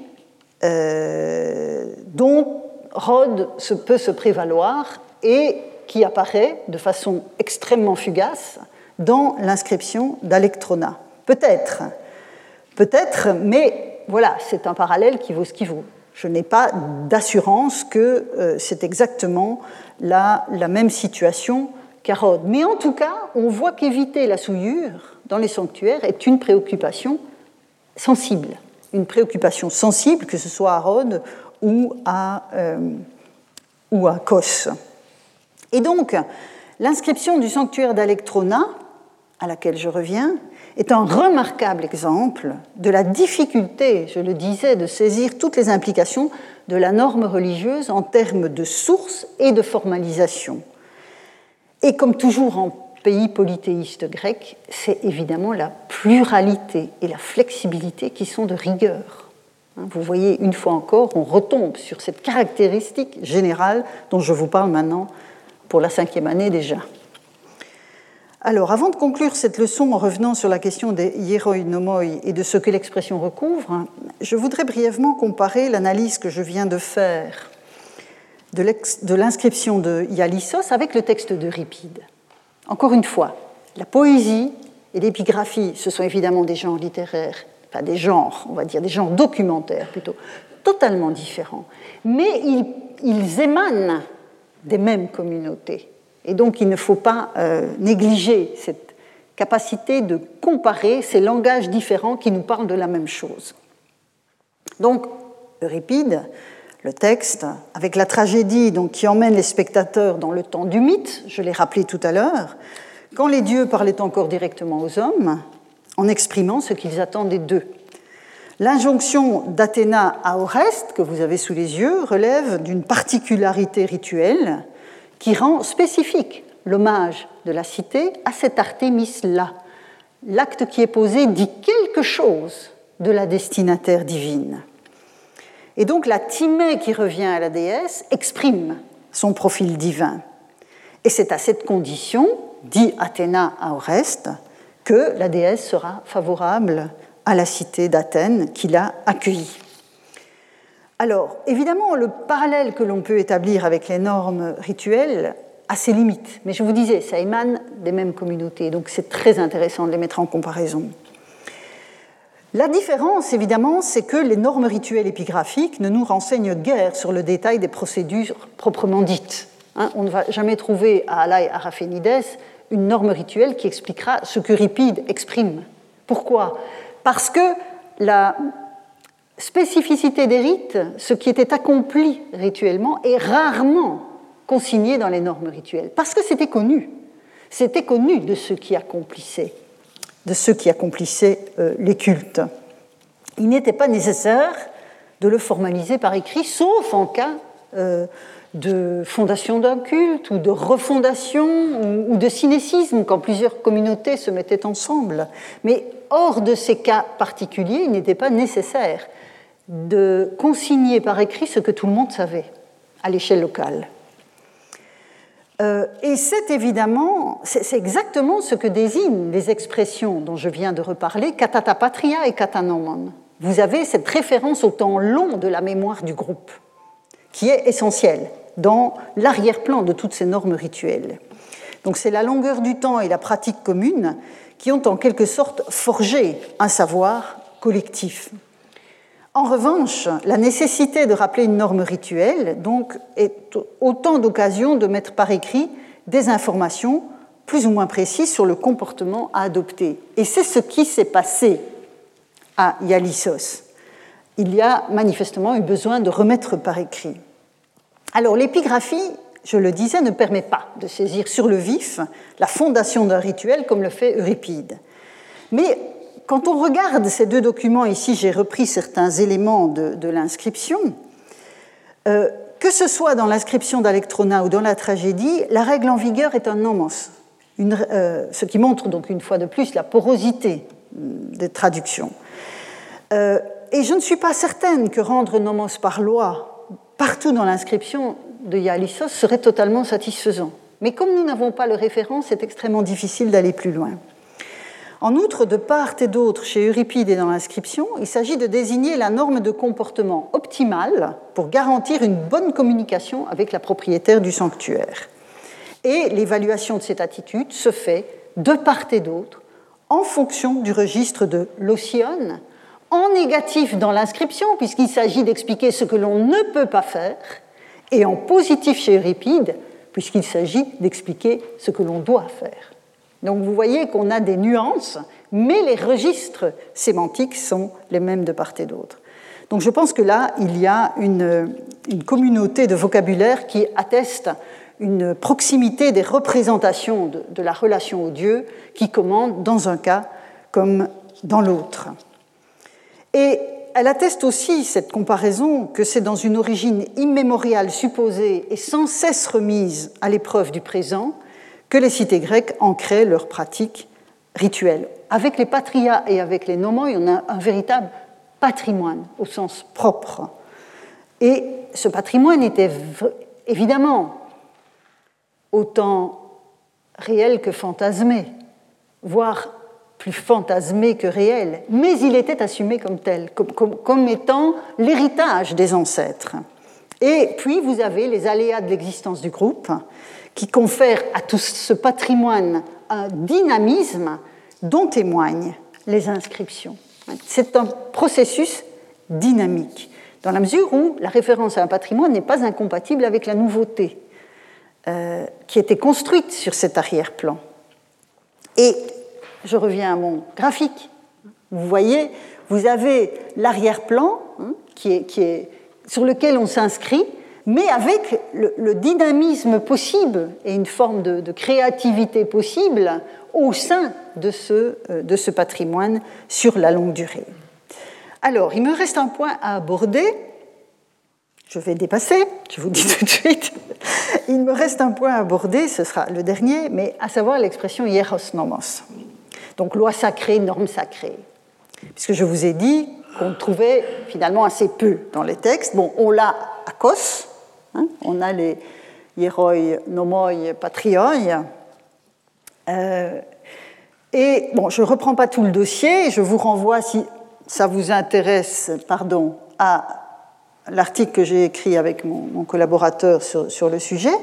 dont Rhodes peut se prévaloir et qui apparaît de façon extrêmement fugace dans l'inscription d'Alectrona? Peut-être, mais voilà, c'est un parallèle qui vaut ce qu'il vaut. Je n'ai pas d'assurance que c'est exactement la même situation qu'à Rhodes. Mais en tout cas, on voit qu'éviter la souillure dans les sanctuaires est une préoccupation sensible. Une préoccupation sensible, que ce soit à Rhodes ou à Kos. Et donc, l'inscription du sanctuaire d'Alectrona, à laquelle je reviens, est un remarquable exemple de la difficulté, je le disais, de saisir toutes les implications de la norme religieuse en termes de source et de formalisation. Et comme toujours en pays polythéiste grec, c'est évidemment la pluralité et la flexibilité qui sont de rigueur. Vous voyez, une fois encore, on retombe sur cette caractéristique générale dont je vous parle maintenant pour la 5e année déjà. Alors, avant de conclure cette leçon en revenant sur la question des hieroinomoi et de ce que l'expression recouvre, je voudrais brièvement comparer l'analyse que je viens de faire de l'inscription de Ialissos avec le texte d'Euripide. Encore une fois, la poésie et l'épigraphie, ce sont évidemment des genres littéraires, enfin des genres, on va dire, des genres documentaires plutôt, totalement différents. Mais ils émanent des mêmes communautés. Et donc, il ne faut pas négliger cette capacité de comparer ces langages différents qui nous parlent de la même chose. Donc, Euripide, le texte, avec la tragédie donc, qui emmène les spectateurs dans le temps du mythe, je l'ai rappelé tout à l'heure, quand les dieux parlaient encore directement aux hommes, en exprimant ce qu'ils attendaient d'eux. L'injonction d'Athéna à Oreste, que vous avez sous les yeux, relève d'une particularité rituelle qui rend spécifique l'hommage de la cité à cette Artémis-là. L'acte qui est posé dit quelque chose de la destinataire divine. Et donc la Timée qui revient à la déesse exprime son profil divin. Et c'est à cette condition, dit Athéna à Oreste, que la déesse sera favorable à la cité d'Athènes qui l'a accueillie. Alors, évidemment, le parallèle que l'on peut établir avec les normes rituelles a ses limites. Mais je vous disais, ça émane des mêmes communautés, donc c'est très intéressant de les mettre en comparaison. La différence, évidemment, c'est que les normes rituelles épigraphiques ne nous renseignent guère sur le détail des procédures proprement dites. On ne va jamais trouver à Alaï Araphénides une norme rituelle qui expliquera ce qu'Euripide exprime. Pourquoi ? Parce que la spécificité des rites, ce qui était accompli rituellement, est rarement consigné dans les normes rituelles. Parce que c'était connu. C'était connu de ceux qui accomplissaient les cultes. Il n'était pas nécessaire de le formaliser par écrit, sauf en cas de fondation d'un culte ou de refondation ou de synécisme, quand plusieurs communautés se mettaient ensemble. Mais hors de ces cas particuliers, il n'était pas nécessaire de consigner par écrit ce que tout le monde savait à l'échelle locale. Et c'est exactement ce que désignent les expressions dont je viens de reparler, katata patria et katanomon. Vous avez cette référence au temps long de la mémoire du groupe, qui est essentielle dans l'arrière-plan de toutes ces normes rituelles. Donc c'est la longueur du temps et la pratique commune qui ont en quelque sorte forgé un savoir collectif. En revanche, la nécessité de rappeler une norme rituelle donc, est autant d'occasions de mettre par écrit des informations plus ou moins précises sur le comportement à adopter. Et c'est ce qui s'est passé à Ialissos. Il y a manifestement eu besoin de remettre par écrit. Alors l'épigraphie, je le disais, ne permet pas de saisir sur le vif la fondation d'un rituel comme le fait Euripide. Mais quand on regarde ces deux documents, ici j'ai repris certains éléments de l'inscription, que ce soit dans l'inscription d'Alectrona ou dans la tragédie, la règle en vigueur est un nomos, ce qui montre donc une fois de plus la porosité des traductions. Et je ne suis pas certaine que rendre nomos par loi partout dans l'inscription de Ialissos serait totalement satisfaisant. Mais comme nous n'avons pas le référent, c'est extrêmement difficile d'aller plus loin. En outre, de part et d'autre, chez Euripide et dans l'inscription, il s'agit de désigner la norme de comportement optimale pour garantir une bonne communication avec la propriétaire du sanctuaire. Et l'évaluation de cette attitude se fait de part et d'autre en fonction du registre de l'Osion, en négatif dans l'inscription, puisqu'il s'agit d'expliquer ce que l'on ne peut pas faire, et en positif chez Euripide, puisqu'il s'agit d'expliquer ce que l'on doit faire. Donc vous voyez qu'on a des nuances, mais les registres sémantiques sont les mêmes de part et d'autre. Donc je pense que là, il y a une communauté de vocabulaire qui atteste une proximité des représentations de la relation au Dieu qui commande dans un cas comme dans l'autre. Et elle atteste aussi, cette comparaison, que c'est dans une origine immémoriale supposée et sans cesse remise à l'épreuve du présent que les cités grecques ancraient leurs pratiques rituelles. Avec les patrias et avec les nomoi, on a un véritable patrimoine au sens propre. Et ce patrimoine était évidemment autant réel que fantasmé, voire plus fantasmé que réel, mais il était assumé comme tel, comme étant l'héritage des ancêtres. Et puis vous avez les aléas de l'existence du groupe qui confèrent à tout ce patrimoine un dynamisme dont témoignent les inscriptions. C'est un processus dynamique, dans la mesure où la référence à un patrimoine n'est pas incompatible avec la nouveauté qui était construite sur cet arrière-plan. Et je reviens à mon graphique. Vous voyez, vous avez l'arrière-plan sur lequel on s'inscrit, mais avec le dynamisme possible et une forme de créativité possible au sein de ce patrimoine sur la longue durée. Alors, il me reste un point à aborder. Je vais dépasser, je vous dis tout de suite. Il me reste un point à aborder, ce sera le dernier, mais à savoir l'expression hieros nomos. Donc, loi sacrée, norme sacrée. Puisque je vous ai dit qu'on le trouvait finalement assez peu dans les textes. Bon, on l'a à Kos, on a les hieroi, nomoi, patrioi. Et bon, je ne reprends pas tout le dossier, je vous renvoie, si ça vous intéresse, à l'article que j'ai écrit avec mon collaborateur sur le sujet.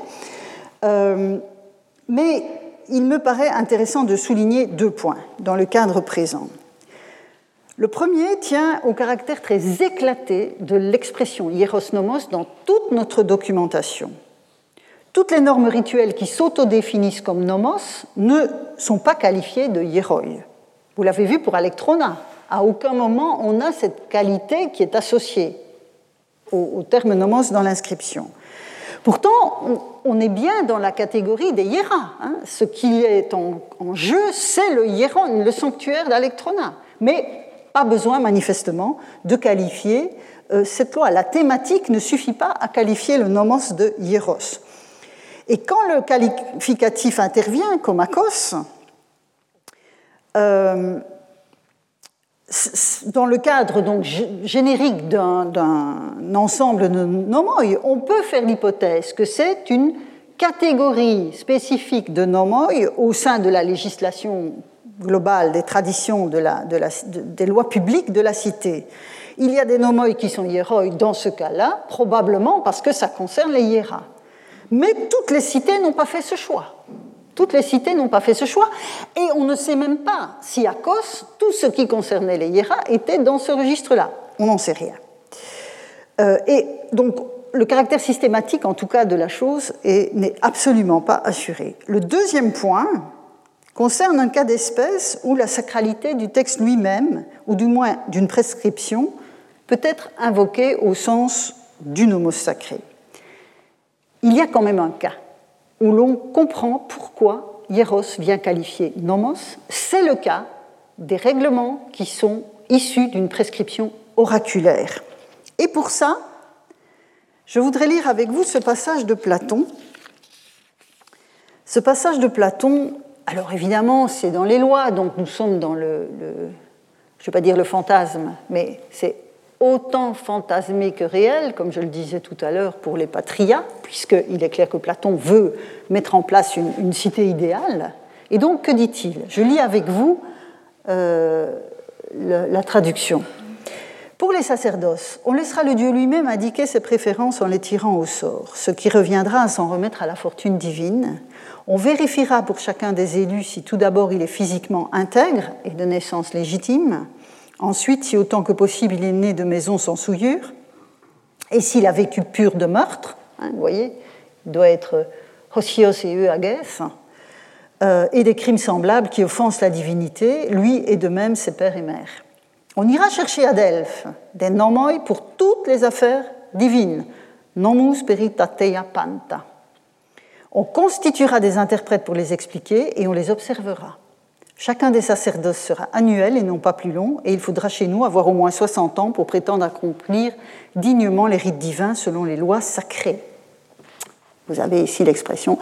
Mais il me paraît intéressant de souligner 2 points dans le cadre présent. Le premier tient au caractère très éclaté de l'expression hieros nomos dans toute notre documentation. Toutes les normes rituelles qui s'autodéfinissent comme nomos ne sont pas qualifiées de hieroi. Vous l'avez vu pour Electrona. À aucun moment on a cette qualité qui est associée au terme nomos dans l'inscription. Pourtant, on est bien dans la catégorie des hieras. Ce qui est en jeu, c'est le hieron, le sanctuaire d'Electrona. Mais pas besoin, manifestement, de qualifier cette loi. La thématique ne suffit pas à qualifier le nomos de hieros. Et quand le qualificatif intervient, comme à Kos, dans le cadre donc générique d'un ensemble de nomoi, on peut faire l'hypothèse que c'est une catégorie spécifique de nomoi au sein de la législation globale des traditions des lois publiques de la cité. Il y a des nomoi qui sont hieroi dans ce cas-là, probablement parce que ça concerne les hieras. Mais toutes les cités n'ont pas fait ce choix. Toutes les cités n'ont pas fait ce choix, et on ne sait même pas si à Kos, tout ce qui concernait les hieras était dans ce registre-là. On n'en sait rien. Et donc, le caractère systématique, en tout cas, de la chose n'est absolument pas assuré. Le deuxième point concerne un cas d'espèce où la sacralité du texte lui-même, ou du moins d'une prescription, peut être invoquée au sens du nomos sacré. Il y a quand même un cas où l'on comprend pourquoi hieros vient qualifier nomos, c'est le cas des règlements qui sont issus d'une prescription oraculaire. Et pour ça, je voudrais lire avec vous ce passage de Platon. Ce passage de Platon, alors évidemment, c'est dans les lois, donc nous sommes dans je ne vais pas dire le fantasme, mais c'est autant fantasmé que réel, comme je le disais tout à l'heure pour les patrias, puisqu'il est clair que Platon veut mettre en place une cité idéale. Et donc, que dit-il ? Je lis avec vous la traduction. Pour les sacerdoces, on laissera le Dieu lui-même indiquer ses préférences en les tirant au sort, ce qui reviendra à s'en remettre à la fortune divine. On vérifiera pour chacun des élus si tout d'abord il est physiquement intègre et de naissance légitime, ensuite, si autant que possible, il est né de maison sans souillure, et s'il a vécu pur de meurtre, vous voyez, il doit être hosios et euages, et des crimes semblables qui offensent la divinité, lui et de même ses pères et mères. On ira chercher à Delphes des nomoi pour toutes les affaires divines, nomus peritateia panta. On constituera des interprètes pour les expliquer et on les observera. Chacun des sacerdoces sera annuel et non pas plus long, et il faudra chez nous avoir au moins 60 ans pour prétendre accomplir dignement les rites divins selon les lois sacrées. Vous avez ici l'expression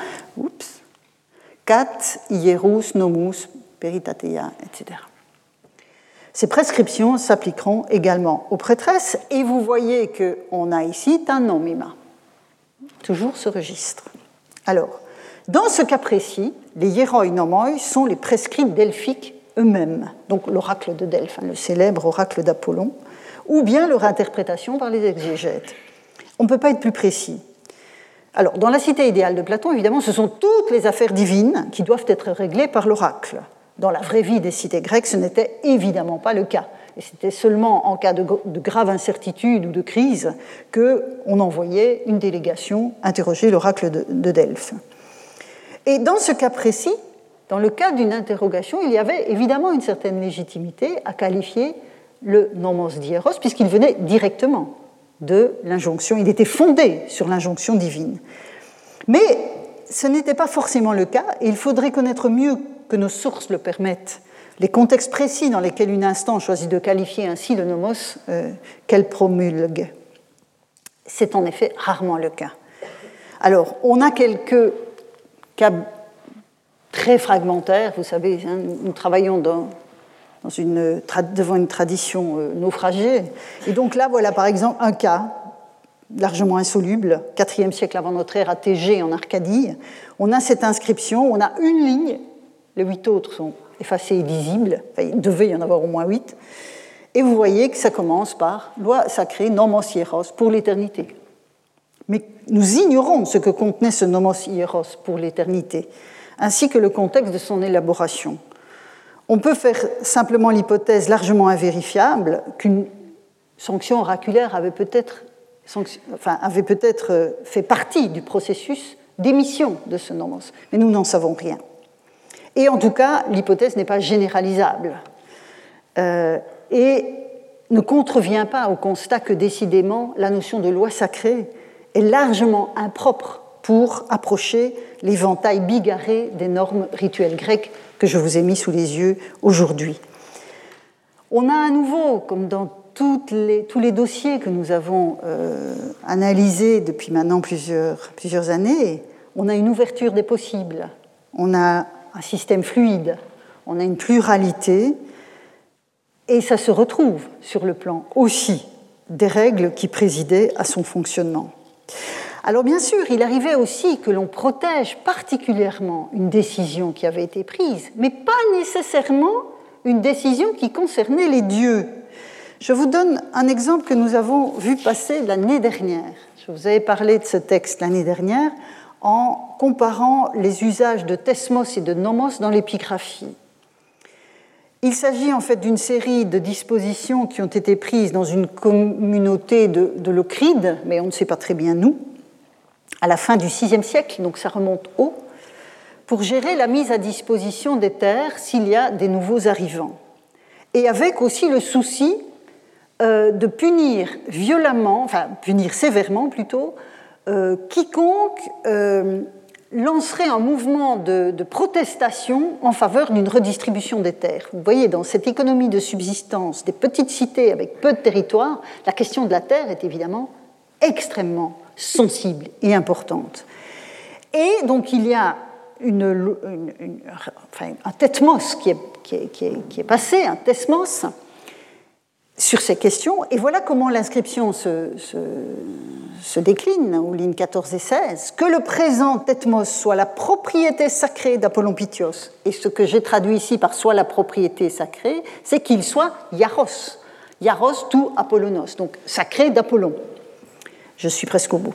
kat hierous nomus peritateia, etc. Ces prescriptions s'appliqueront également aux prêtresses, et vous voyez qu'on a ici tanomima, toujours ce registre. Alors, dans ce cas précis, les hieroi nomoi sont les prescrits delphiques eux-mêmes, donc l'oracle de Delphes, le célèbre oracle d'Apollon, ou bien leur interprétation par les exégètes. On ne peut pas être plus précis. Alors, dans la cité idéale de Platon, évidemment, ce sont toutes les affaires divines qui doivent être réglées par l'oracle. Dans la vraie vie des cités grecques, ce n'était évidemment pas le cas. Et c'était seulement en cas de grave incertitude ou de crise qu'on envoyait une délégation interroger l'oracle de Delphes. Et dans ce cas précis, dans le cas d'une interrogation, il y avait évidemment une certaine légitimité à qualifier le nomos d'hieros, puisqu'il venait directement de l'injonction, il était fondé sur l'injonction divine. Mais ce n'était pas forcément le cas, et il faudrait connaître mieux que nos sources le permettent les contextes précis dans lesquels une instance choisit de qualifier ainsi le nomos qu'elle promulgue. C'est en effet rarement le cas. Alors, on a quelques cas très fragmentaires, vous savez, hein, nous travaillons devant une tradition naufragée, et donc là, voilà par exemple un cas largement insoluble, 4e siècle avant notre ère, à Thégée, en Arcadie. On a cette inscription, on a une ligne, les 8 autres sont effacés et lisibles, enfin, il devait y en avoir au moins 8, et vous voyez que ça commence par « loi sacrée nomos hieros pour l'éternité ». Mais nous ignorons ce que contenait ce nomos hieros pour l'éternité, ainsi que le contexte de son élaboration. On peut faire simplement l'hypothèse largement invérifiable qu'une sanction oraculaire avait peut-être fait partie du processus d'émission de ce nomos, mais nous n'en savons rien. Et en tout cas, l'hypothèse n'est pas généralisable et ne contrevient pas au constat que décidément la notion de loi sacrée est largement impropre pour approcher l'éventail bigarré des normes rituelles grecques que je vous ai mis sous les yeux aujourd'hui. On a à nouveau, comme dans tous les dossiers que nous avons analysés depuis maintenant plusieurs années, on a une ouverture des possibles, on a un système fluide, on a une pluralité, et ça se retrouve sur le plan aussi des règles qui présidaient à son fonctionnement. Alors bien sûr, il arrivait aussi que l'on protège particulièrement une décision qui avait été prise, mais pas nécessairement une décision qui concernait les dieux. Je vous donne un exemple que nous avons vu passer l'année dernière. Je vous avais parlé de ce texte l'année dernière en comparant les usages de thesmos et de nomos dans l'épigraphie. Il s'agit en fait d'une série de dispositions qui ont été prises dans une communauté de Locride, mais on ne sait pas très bien où, à la fin du VIe siècle, donc ça remonte haut, pour gérer la mise à disposition des terres s'il y a des nouveaux arrivants. Et avec aussi le souci de punir violemment, enfin punir sévèrement plutôt, quiconque lancerait un mouvement de protestation en faveur d'une redistribution des terres. Vous voyez, dans cette économie de subsistance des petites cités avec peu de territoire, la question de la terre est évidemment extrêmement sensible et importante. Et donc il y a un thesmos qui est passé, un thesmos, sur ces questions, et voilà comment l'inscription se décline aux lignes 14 et 16, que le présent thesmos soit la propriété sacrée d'Apollon Pythios, et ce que j'ai traduit ici par soit la propriété sacrée, c'est qu'il soit Iaros, Iaros tu Apollonos, donc sacré d'Apollon. Je suis presque au bout.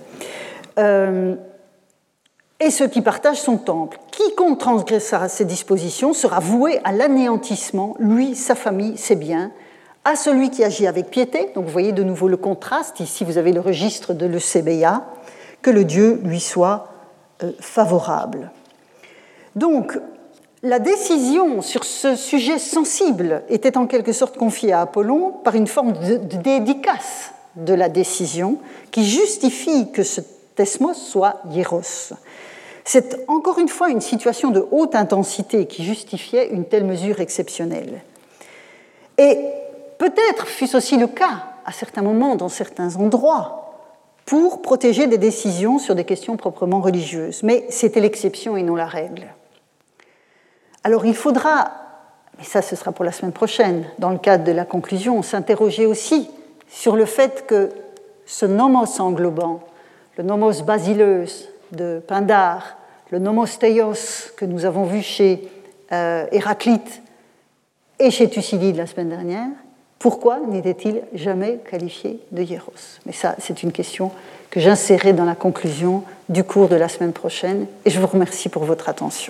Et ceux qui partagent son temple. Quiconque transgressera ces dispositions sera voué à l'anéantissement, lui, sa famille, ses biens, à celui qui agit avec piété, donc vous voyez de nouveau le contraste, ici vous avez le registre de l'Eusébéia, que le Dieu lui soit favorable. Donc, la décision sur ce sujet sensible était en quelque sorte confiée à Apollon par une forme de dédicace de la décision qui justifie que ce thesmos soit hieros. C'est encore une fois une situation de haute intensité qui justifiait une telle mesure exceptionnelle. Et peut-être fut-ce aussi le cas, à certains moments, dans certains endroits, pour protéger des décisions sur des questions proprement religieuses. Mais c'était l'exception et non la règle. Alors il faudra, et ça ce sera pour la semaine prochaine, dans le cadre de la conclusion, s'interroger aussi sur le fait que ce nomos englobant, le nomos basileus de Pindare, le nomos teios que nous avons vu chez Héraclite et chez Thucydide la semaine dernière, pourquoi n'était-il jamais qualifié de hieros? Mais ça, c'est une question que j'insérerai dans la conclusion du cours de la semaine prochaine, et je vous remercie pour votre attention.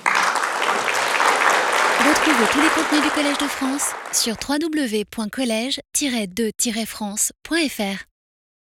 Retrouvez tous les contenus du Collège de France sur www.collège-2-france.fr.